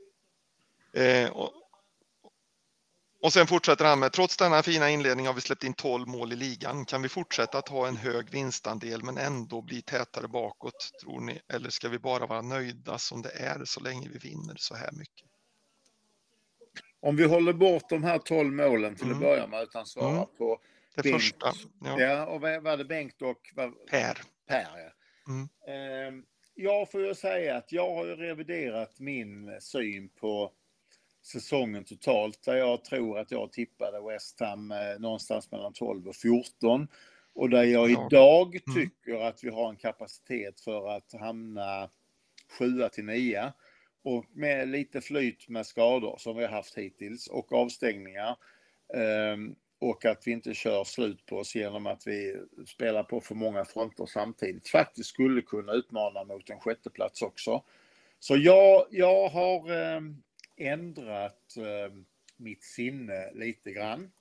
S3: Och sen fortsätter han med, trots denna fina inledning har vi släppt in 12 mål i ligan. Kan vi fortsätta att ha en hög vinstandel men ändå bli tätare bakåt, tror ni? Eller ska vi bara vara nöjda som det är så länge vi vinner så här mycket?
S4: Om vi håller bort de här 12 målen till att börja med utan svara på
S3: det
S4: Bengt.
S3: Första.
S4: Ja, och vad var det Bengt och
S3: Per,
S4: ja. Jag får ju säga att jag har ju reviderat min syn på säsongen totalt, där jag tror att jag tippade West Ham någonstans mellan 12 och 14 och där jag idag tycker att vi har en kapacitet för att hamna 7-9 och med lite flyt med skador som vi har haft hittills och avstängningar och att vi inte kör slut på oss genom att vi spelar på för många fronter samtidigt faktiskt skulle kunna utmana mot en 6:e plats också. Så jag har ändrat mitt sinne lite grann.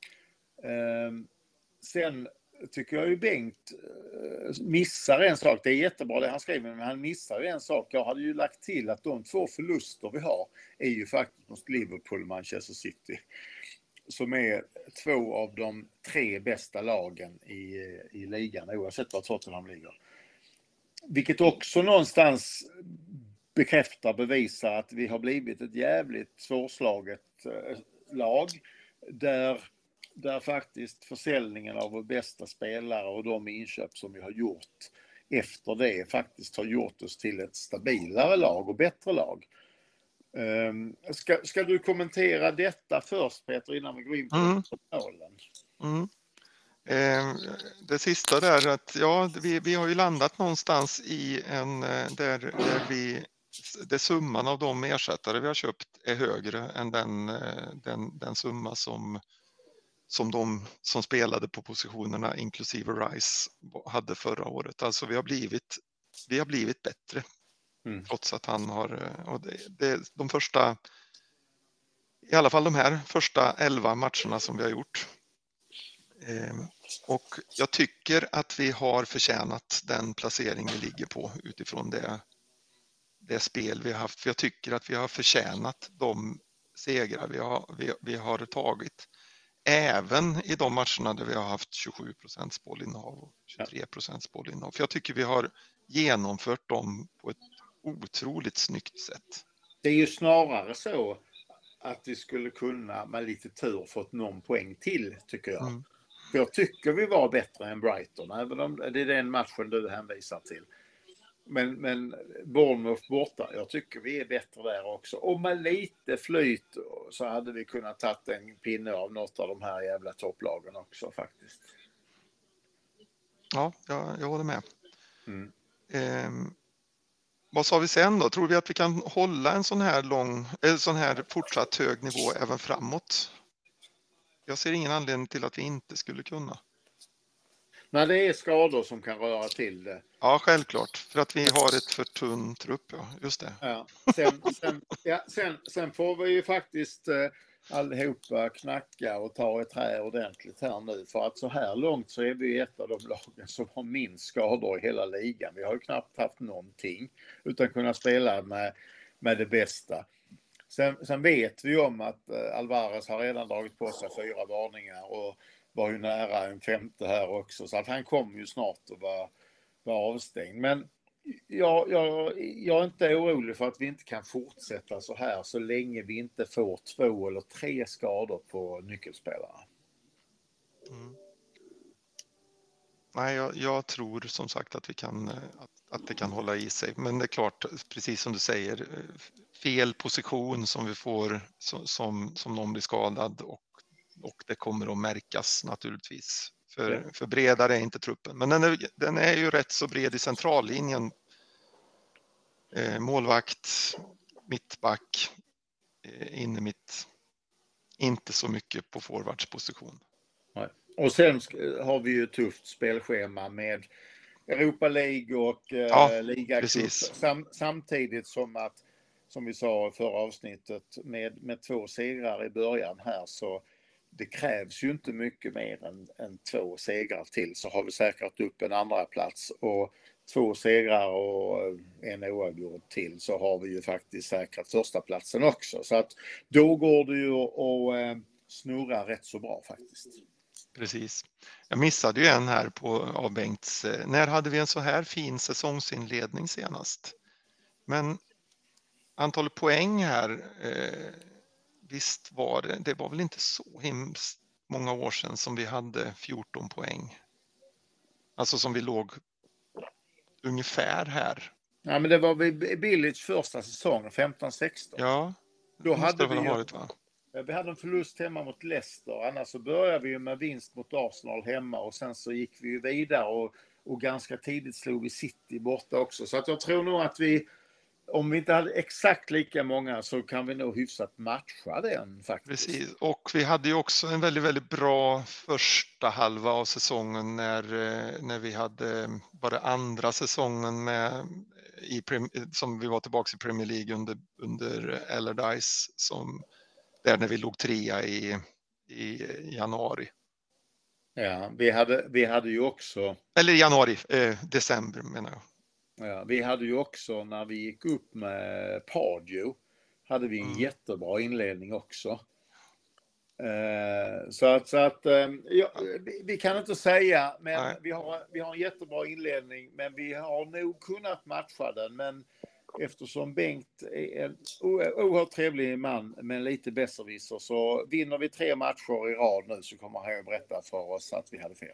S4: Sen tycker jag ju Bengt missar en sak. Det är jättebra det han skriver, men han missar ju en sak. Jag hade ju lagt till att de 2 förluster vi har är ju faktiskt mot Liverpool och Manchester City. Som är 2 av de 3 bästa lagen i ligan, oavsett var Tottenham ligger. Vilket också någonstans bevisar att vi har blivit ett jävligt svårslaget lag där faktiskt försäljningen av vår bästa spelare och de inköp som vi har gjort efter det faktiskt har gjort oss till ett stabilare lag och bättre lag. Ska du kommentera detta först Peter innan vi går in på målen?
S3: Det sista där att vi har ju landat någonstans i en där summan av de ersättare vi har köpt är högre än den summa som de som spelade på positionerna inklusive Rice hade förra året. Alltså vi har blivit bättre. Trots att han har och de första i alla fall de här första 11 matcherna som vi har gjort. Och jag tycker att vi har förtjänat den placering vi ligger på utifrån det spel vi har haft. För jag tycker att vi har förtjänat de segrar vi har tagit. Även i de matcherna där vi har haft 27% bollinnehav och 23% bollinnehav. För jag tycker vi har genomfört dem på ett otroligt snyggt sätt.
S4: Det är ju snarare så att vi skulle kunna med lite tur fått någon poäng till tycker jag. För jag tycker vi var bättre än Brighton, även om det är den matchen du hänvisar till. Men Bournemouth borta, jag tycker vi är bättre där också. Och med lite flyt så hade vi kunnat ta en pinne av något av de här jävla topplagen också faktiskt.
S3: Ja, jag håller med. Vad sa vi sen då? Tror vi att vi kan hålla en sån här fortsatt hög nivå även framåt? Jag ser ingen anledning till att vi inte skulle kunna.
S4: Nej, det är skador som kan röra till det.
S3: Ja, självklart. För att vi har ett för tunn trupp, ja. Just det.
S4: Ja. Sen får vi ju faktiskt allihopa knacka och ta ett trä ordentligt här nu. För att så här långt så är vi ett av de lagen som har minst skador i hela ligan. Vi har ju knappt haft någonting utan kunnat spela med det bästa. Sen vet vi om att Alvarez har redan dragit på sig 4 varningar och var ju nära en 5:e här också. Så att han kommer ju snart att vara avstängd. Men jag är inte orolig för att vi inte kan fortsätta så här så länge vi inte får 2 eller 3 skador på nyckelspelare.
S3: Mm. Nej, jag tror som sagt att vi kan att det kan hålla i sig. Men det är klart, precis som du säger, fel position som vi får som någon blir skadad och det kommer att märkas naturligtvis. För bredare är inte truppen. Men den är ju rätt så bred i centrallinjen. Målvakt, mittback, inne mitt. Inte så mycket på forwardsposition.
S4: Och sen har vi ju tufft spelschema med Europa League och ligacup. Samtidigt som vi sa i förra avsnittet, med 2 segrar i början här så det krävs ju inte mycket mer än 2 segrar till så har vi säkrat upp en andra plats och 2 segrar och en oavgjord till så har vi ju faktiskt säkrat första platsen också. Så att då går det ju att snurra rätt så bra faktiskt.
S3: Precis. Jag missade ju en här av Bengts. När hade vi en så här fin säsongsinledning senast? Men antalet poäng här, visst var det var väl inte så hemskt många år sedan som vi hade 14 poäng. Alltså som vi låg ungefär här.
S4: Ja, men det var Billigs första säsong, 15-16.
S3: Ja,
S4: då hade
S3: vi varit, va?
S4: Vi hade en förlust hemma mot Leicester. Annars så började vi med vinst mot Arsenal hemma och sen så gick vi ju vidare och ganska tidigt slog vi City borta också. Så att jag tror nog att om vi inte hade exakt lika många så kan vi nog hyfsat matcha den faktiskt. Precis,
S3: och vi hade ju också en väldigt, väldigt bra första halva av säsongen när vi hade bara andra säsongen som vi var tillbaka i Premier League under Allardyce när vi låg 3 i januari.
S4: Ja, vi hade ju också...
S3: Eller december menar jag.
S4: Ja, vi hade ju också när vi gick upp med Pardew hade vi en jättebra inledning också. Vi kan inte säga, men vi har en jättebra inledning, men vi har nog kunnat matcha den. Men eftersom Bengt är en oerhört trevlig man med lite besserwisser så vinner vi 3 matcher i rad nu så kommer han att berätta för oss att vi hade fel.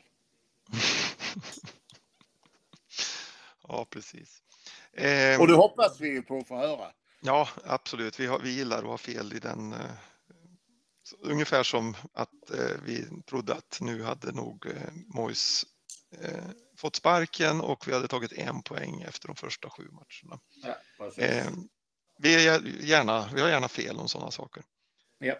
S3: Ja, precis.
S4: Och det hoppas vi på att få höra.
S3: Ja, absolut. Vi gillar att ha fel i den. Ungefär som att vi trodde att nu hade nog Moyes fått sparken och vi hade tagit 1 poäng efter de första 7 matcherna.
S4: Ja,
S3: vi har gärna fel om sådana saker.
S4: Ja,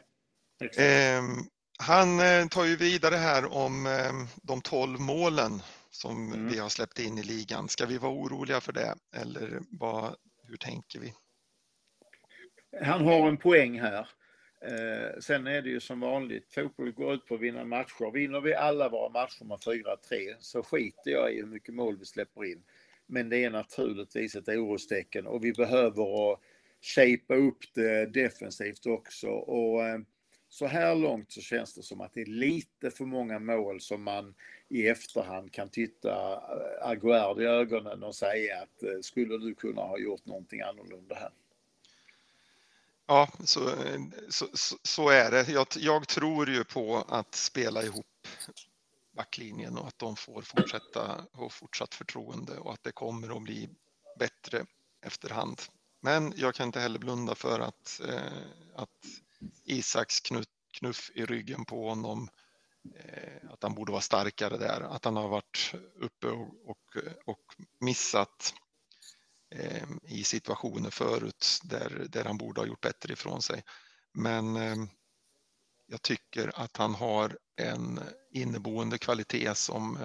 S3: han tar ju vidare här om de 12 målen som vi har släppt in i ligan. Ska vi vara oroliga för det? Eller hur tänker vi?
S4: Han har en poäng här. Sen är det ju som vanligt, fotboll går ut på att vinna matcher. Vinner vi alla våra matcher med 4-3 så skiter jag i hur mycket mål vi släpper in. Men det är naturligtvis ett orostecken och vi behöver att shapea upp det defensivt också. Och så här långt så känns det som att det är lite för många mål som man i efterhand kan titta Aguerd i ögonen och säga att skulle du kunna ha gjort någonting annorlunda här?
S3: Ja, så är det. Jag tror ju på att spela ihop backlinjen och att de får fortsatt förtroende och att det kommer att bli bättre efterhand. Men jag kan inte heller blunda för att Isaks knuff i ryggen på honom, att han borde vara starkare där, att han har varit uppe och missat i situationer förut där han borde ha gjort bättre ifrån sig. Men jag tycker att han har en inneboende kvalitet som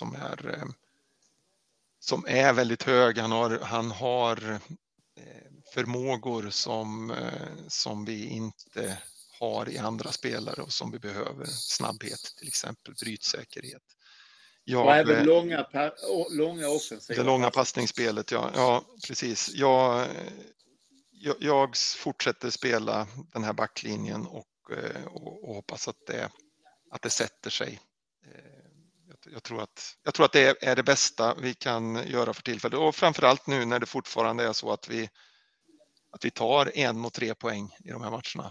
S3: är väldigt hög. Han har förmågor som vi inte har i andra spelare och som vi behöver. Snabbhet till exempel, brytsäkerhet.
S4: Och även långa offensiva.
S3: Det långa passningsspelet, ja precis. Jag fortsätter spela den här backlinjen och hoppas att det sätter sig. Jag tror att det är det bästa vi kan göra för tillfället, och framförallt nu när det fortfarande är så att vi tar 1 och 3 poäng i de här matcherna.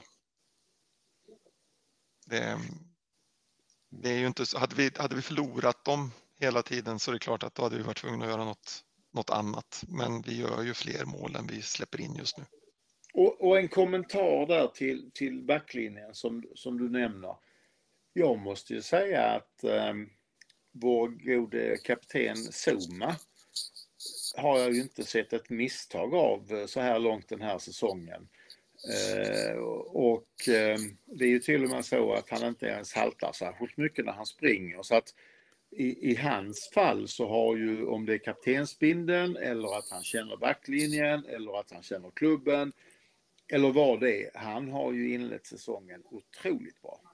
S3: Det är ju inte så, hade vi förlorat dem hela tiden så är det klart att då hade vi varit tvungna att göra något annat, men vi gör ju fler mål än vi släpper in just nu.
S4: Och en kommentar där till backlinjen som du nämner. Jag måste ju säga att vår gode kapten Zuma har jag ju inte sett ett misstag av så här långt den här säsongen. Och det är ju till och med så att han inte ens haltar särskilt mycket när han springer. Så att i hans fall så har ju, om det är kaptensbindeln eller att han känner backlinjen eller att han känner klubben eller vad det är, han har ju inlett säsongen otroligt bra.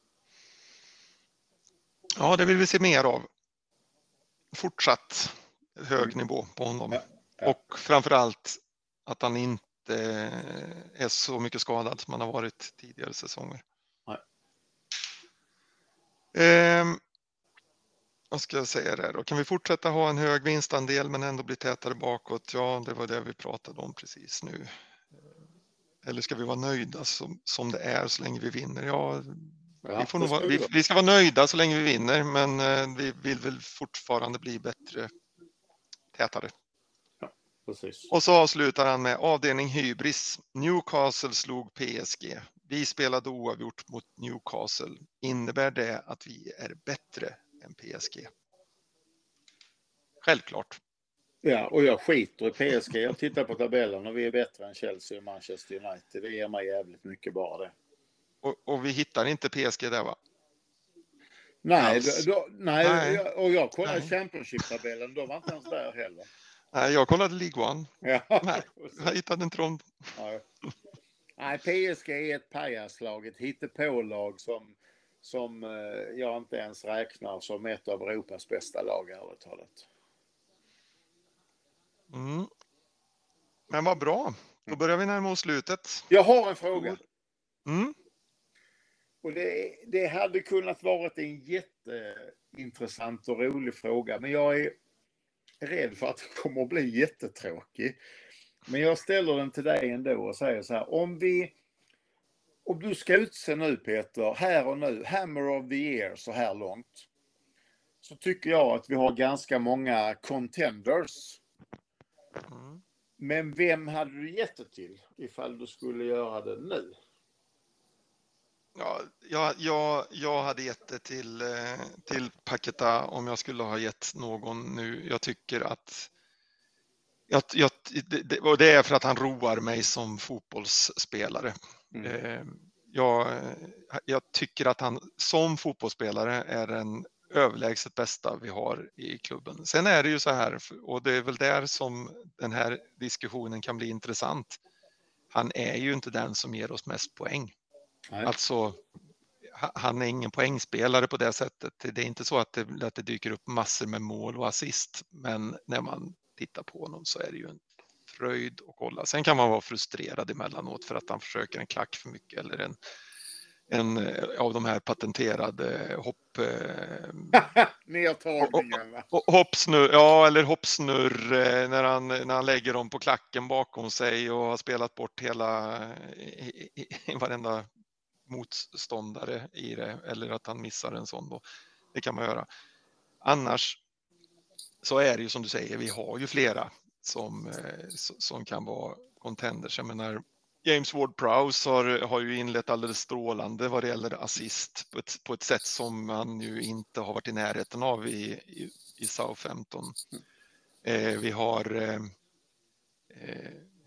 S3: Ja, det vill vi se mer av. Fortsatt hög nivå på honom.
S4: Ja.
S3: Och framförallt att han inte är så mycket skadad som han har varit tidigare säsonger. Vad ska jag säga där då? Kan vi fortsätta ha en hög vinstandel men ändå bli tätare bakåt? Ja, det var det vi pratade om precis nu. Eller ska vi vara nöjda som det är så länge vi vinner? Ja, vi ska vara nöjda så länge vi vinner, men vi vill väl fortfarande bli bättre, tätare.
S4: Ja, precis.
S3: Och så avslutar han med avdelning hybris. Newcastle slog PSG. Vi spelade oavgjort mot Newcastle. Innebär det att vi är bättre än PSG? Självklart.
S4: Ja, och jag skiter i PSG. Jag tittar på tabellen och vi är bättre än Chelsea och Manchester United. Det ger mig jävligt mycket bara det.
S3: Och vi hittar inte PSG där, va?
S4: Nej. Och jag kollade Championship-tabellen. Då var inte ens där heller.
S3: Nej, jag kollade League One.
S4: Ja.
S3: Nej, jag hittade inte dem.
S4: Ja. Nej, PSG är ett pajaslag, ett hittepålag som jag inte ens räknar som ett av Europas bästa lag, ärligt talat.
S3: Men vad bra. Då börjar vi närma oss slutet.
S4: Jag har en fråga. Och det hade kunnat vara en jätteintressant och rolig fråga, men jag är rädd för att det kommer att bli jättetråkig. Men jag ställer den till dig ändå och säger så här: om du ska utse nu, Peter, här och nu, Hammer of the Year så här långt, så tycker jag att vi har ganska många contenders. Men vem hade du gett det till ifall du skulle göra det nu?
S3: Ja, jag hade gett det till Paquetá om jag skulle ha gett någon nu. Jag tycker att och det är för att han roar mig som fotbollsspelare. Jag tycker att han som fotbollsspelare är den överlägset bästa vi har i klubben. Sen är det ju så här, och det är väl där som den här diskussionen kan bli intressant. Han är ju inte den som ger oss mest poäng. Nej. Alltså, han är ingen poängspelare på det sättet. Det är inte så att det dyker upp massor med mål och assist, men när man tittar på honom så är det ju en fröjd att kolla. Sen kan man vara frustrerad emellanåt för att han försöker en klack för mycket eller en av de här patenterade hoppsnurr, eller hoppsnurr när han lägger dem på klacken bakom sig och har spelat bort hela varenda motståndare i det, eller att han missar en sån då. Det kan man göra. Annars så är det ju som du säger, vi har ju flera som kan vara contenders. Jag menar, James Ward-Prowse har ju inlett alldeles strålande vad det gäller assist på ett sätt som man ju inte har varit i närheten av i Southampton. Vi har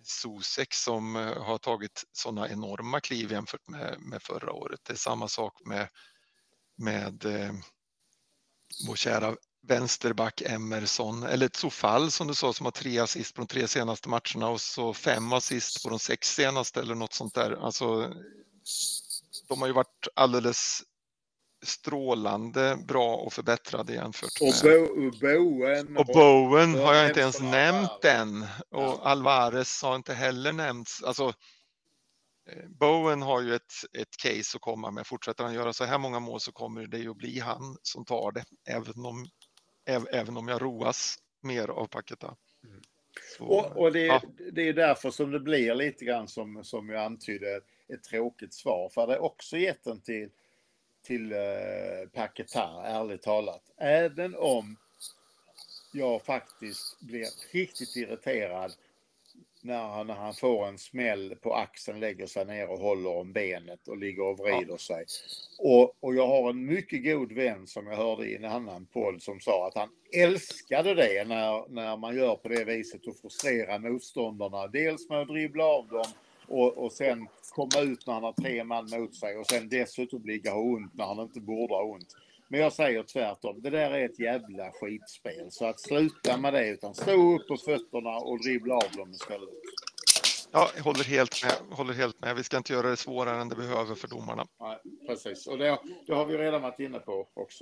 S3: Zuzek som har tagit sådana enorma kliv jämfört med förra året. Det är samma sak med vår kära vänsterback Emerson, eller Zofall som du sa, som har 3 assist på de 3 senaste matcherna och så 5 assist på de 6 senaste eller något sånt där. Alltså, de har ju varit alldeles strålande bra och förbättrade jämfört med... Och Bowen har jag inte ens nämnt än. Och Alvarez har inte heller nämnts. Alltså, Bowen har ju ett case att komma med. Fortsätter han göra så här många mål så kommer det ju att bli han som tar det. Även om jag roas mer av Paquetá.
S4: Och det är därför som det blir lite grann som jag antydde ett tråkigt svar. För det är också gett den till Paquetá, ärligt talat. Även om jag faktiskt blir riktigt irriterad när han får en smäll på axeln, lägger sig ner och håller om benet och ligger och vrider sig. Och jag har en mycket god vän som jag hörde i en annan podd som sa att han älskade det när man gör på det viset och frustrerar motståndarna. Dels med att dribbla av dem och sen komma ut när han har 3 man mot sig och sen dessutom ligga och ha ont när han inte borde ha ont. Men jag säger tvärtom, det där är ett jävla skitspel. Så att sluta med det, utan stå upp på fötterna och dribbla av dem istället.
S3: Ja, jag håller helt med. Vi ska inte göra det svårare än det behöver för domarna.
S4: Nej, precis. Och det har vi redan varit inne på också.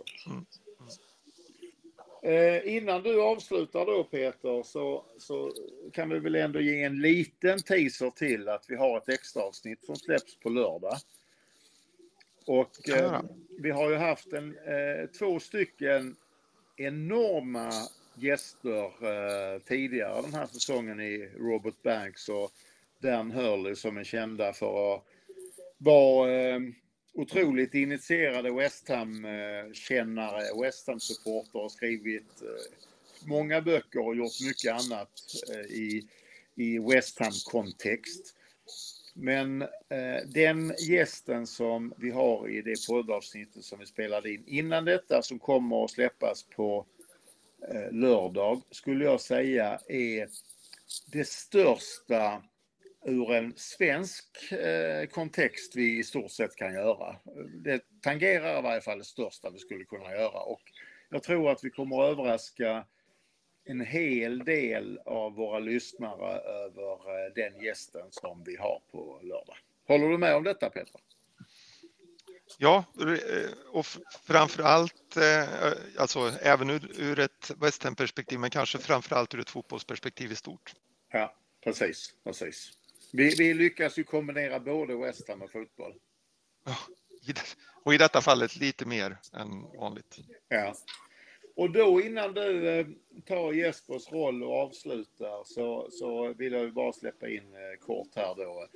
S4: Innan du avslutar då, Peter, så kan vi väl ändå ge en liten teaser till att vi har ett extra avsnitt som släpps på lördag. Och vi har ju haft 2 stycken enorma gäster tidigare den här säsongen i Robert Banks och Dan Hurley, som är kända för att vara otroligt initierade West Ham-kännare, West Ham-supporter, och skrivit många böcker och gjort mycket annat i West Ham-kontext. Men den gästen som vi har i det poddavsnittet som vi spelade in innan detta, som kommer att släppas på lördag, skulle jag säga är det största ur en svensk kontext vi i stort sett kan göra. Det tangerar i varje fall det största vi skulle kunna göra, och jag tror att vi kommer att överraska en hel del av våra lyssnare över den gästen som vi har på lördag. Håller du med om detta, Peter?
S3: Ja, och framförallt, alltså även ur ett West Ham-perspektiv, men kanske framförallt ur ett fotbollsperspektiv i stort.
S4: Ja, precis. Vi lyckas ju kombinera både West Ham och fotboll.
S3: Ja, och i detta fallet lite mer än vanligt.
S4: Ja. Och då innan du tar Jespers roll och avslutar så vill jag bara släppa in kort här då.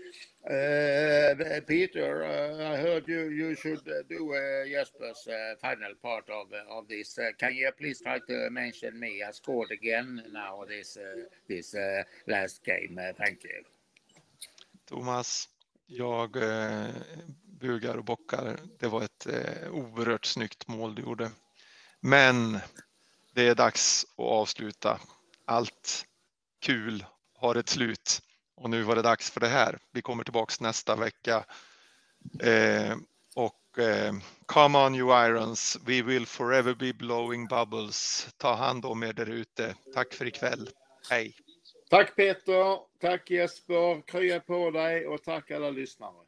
S4: Peter, I heard you should do Jespers final part of this. Can you please try to mention me? I scored again now this last game. Thank you.
S3: Thomas, jag bugar och bockar. Det var ett oerhört snyggt mål du gjorde. Men det är dags att avsluta. Allt kul har ett slut. Och nu var det dags för det här. Vi kommer tillbaka nästa vecka. Come on you Irons. We will forever be blowing bubbles. Ta hand om er där ute. Tack för ikväll. Hej.
S4: Tack Peter. Tack Jesper. Krya på dig och tack alla lyssnare.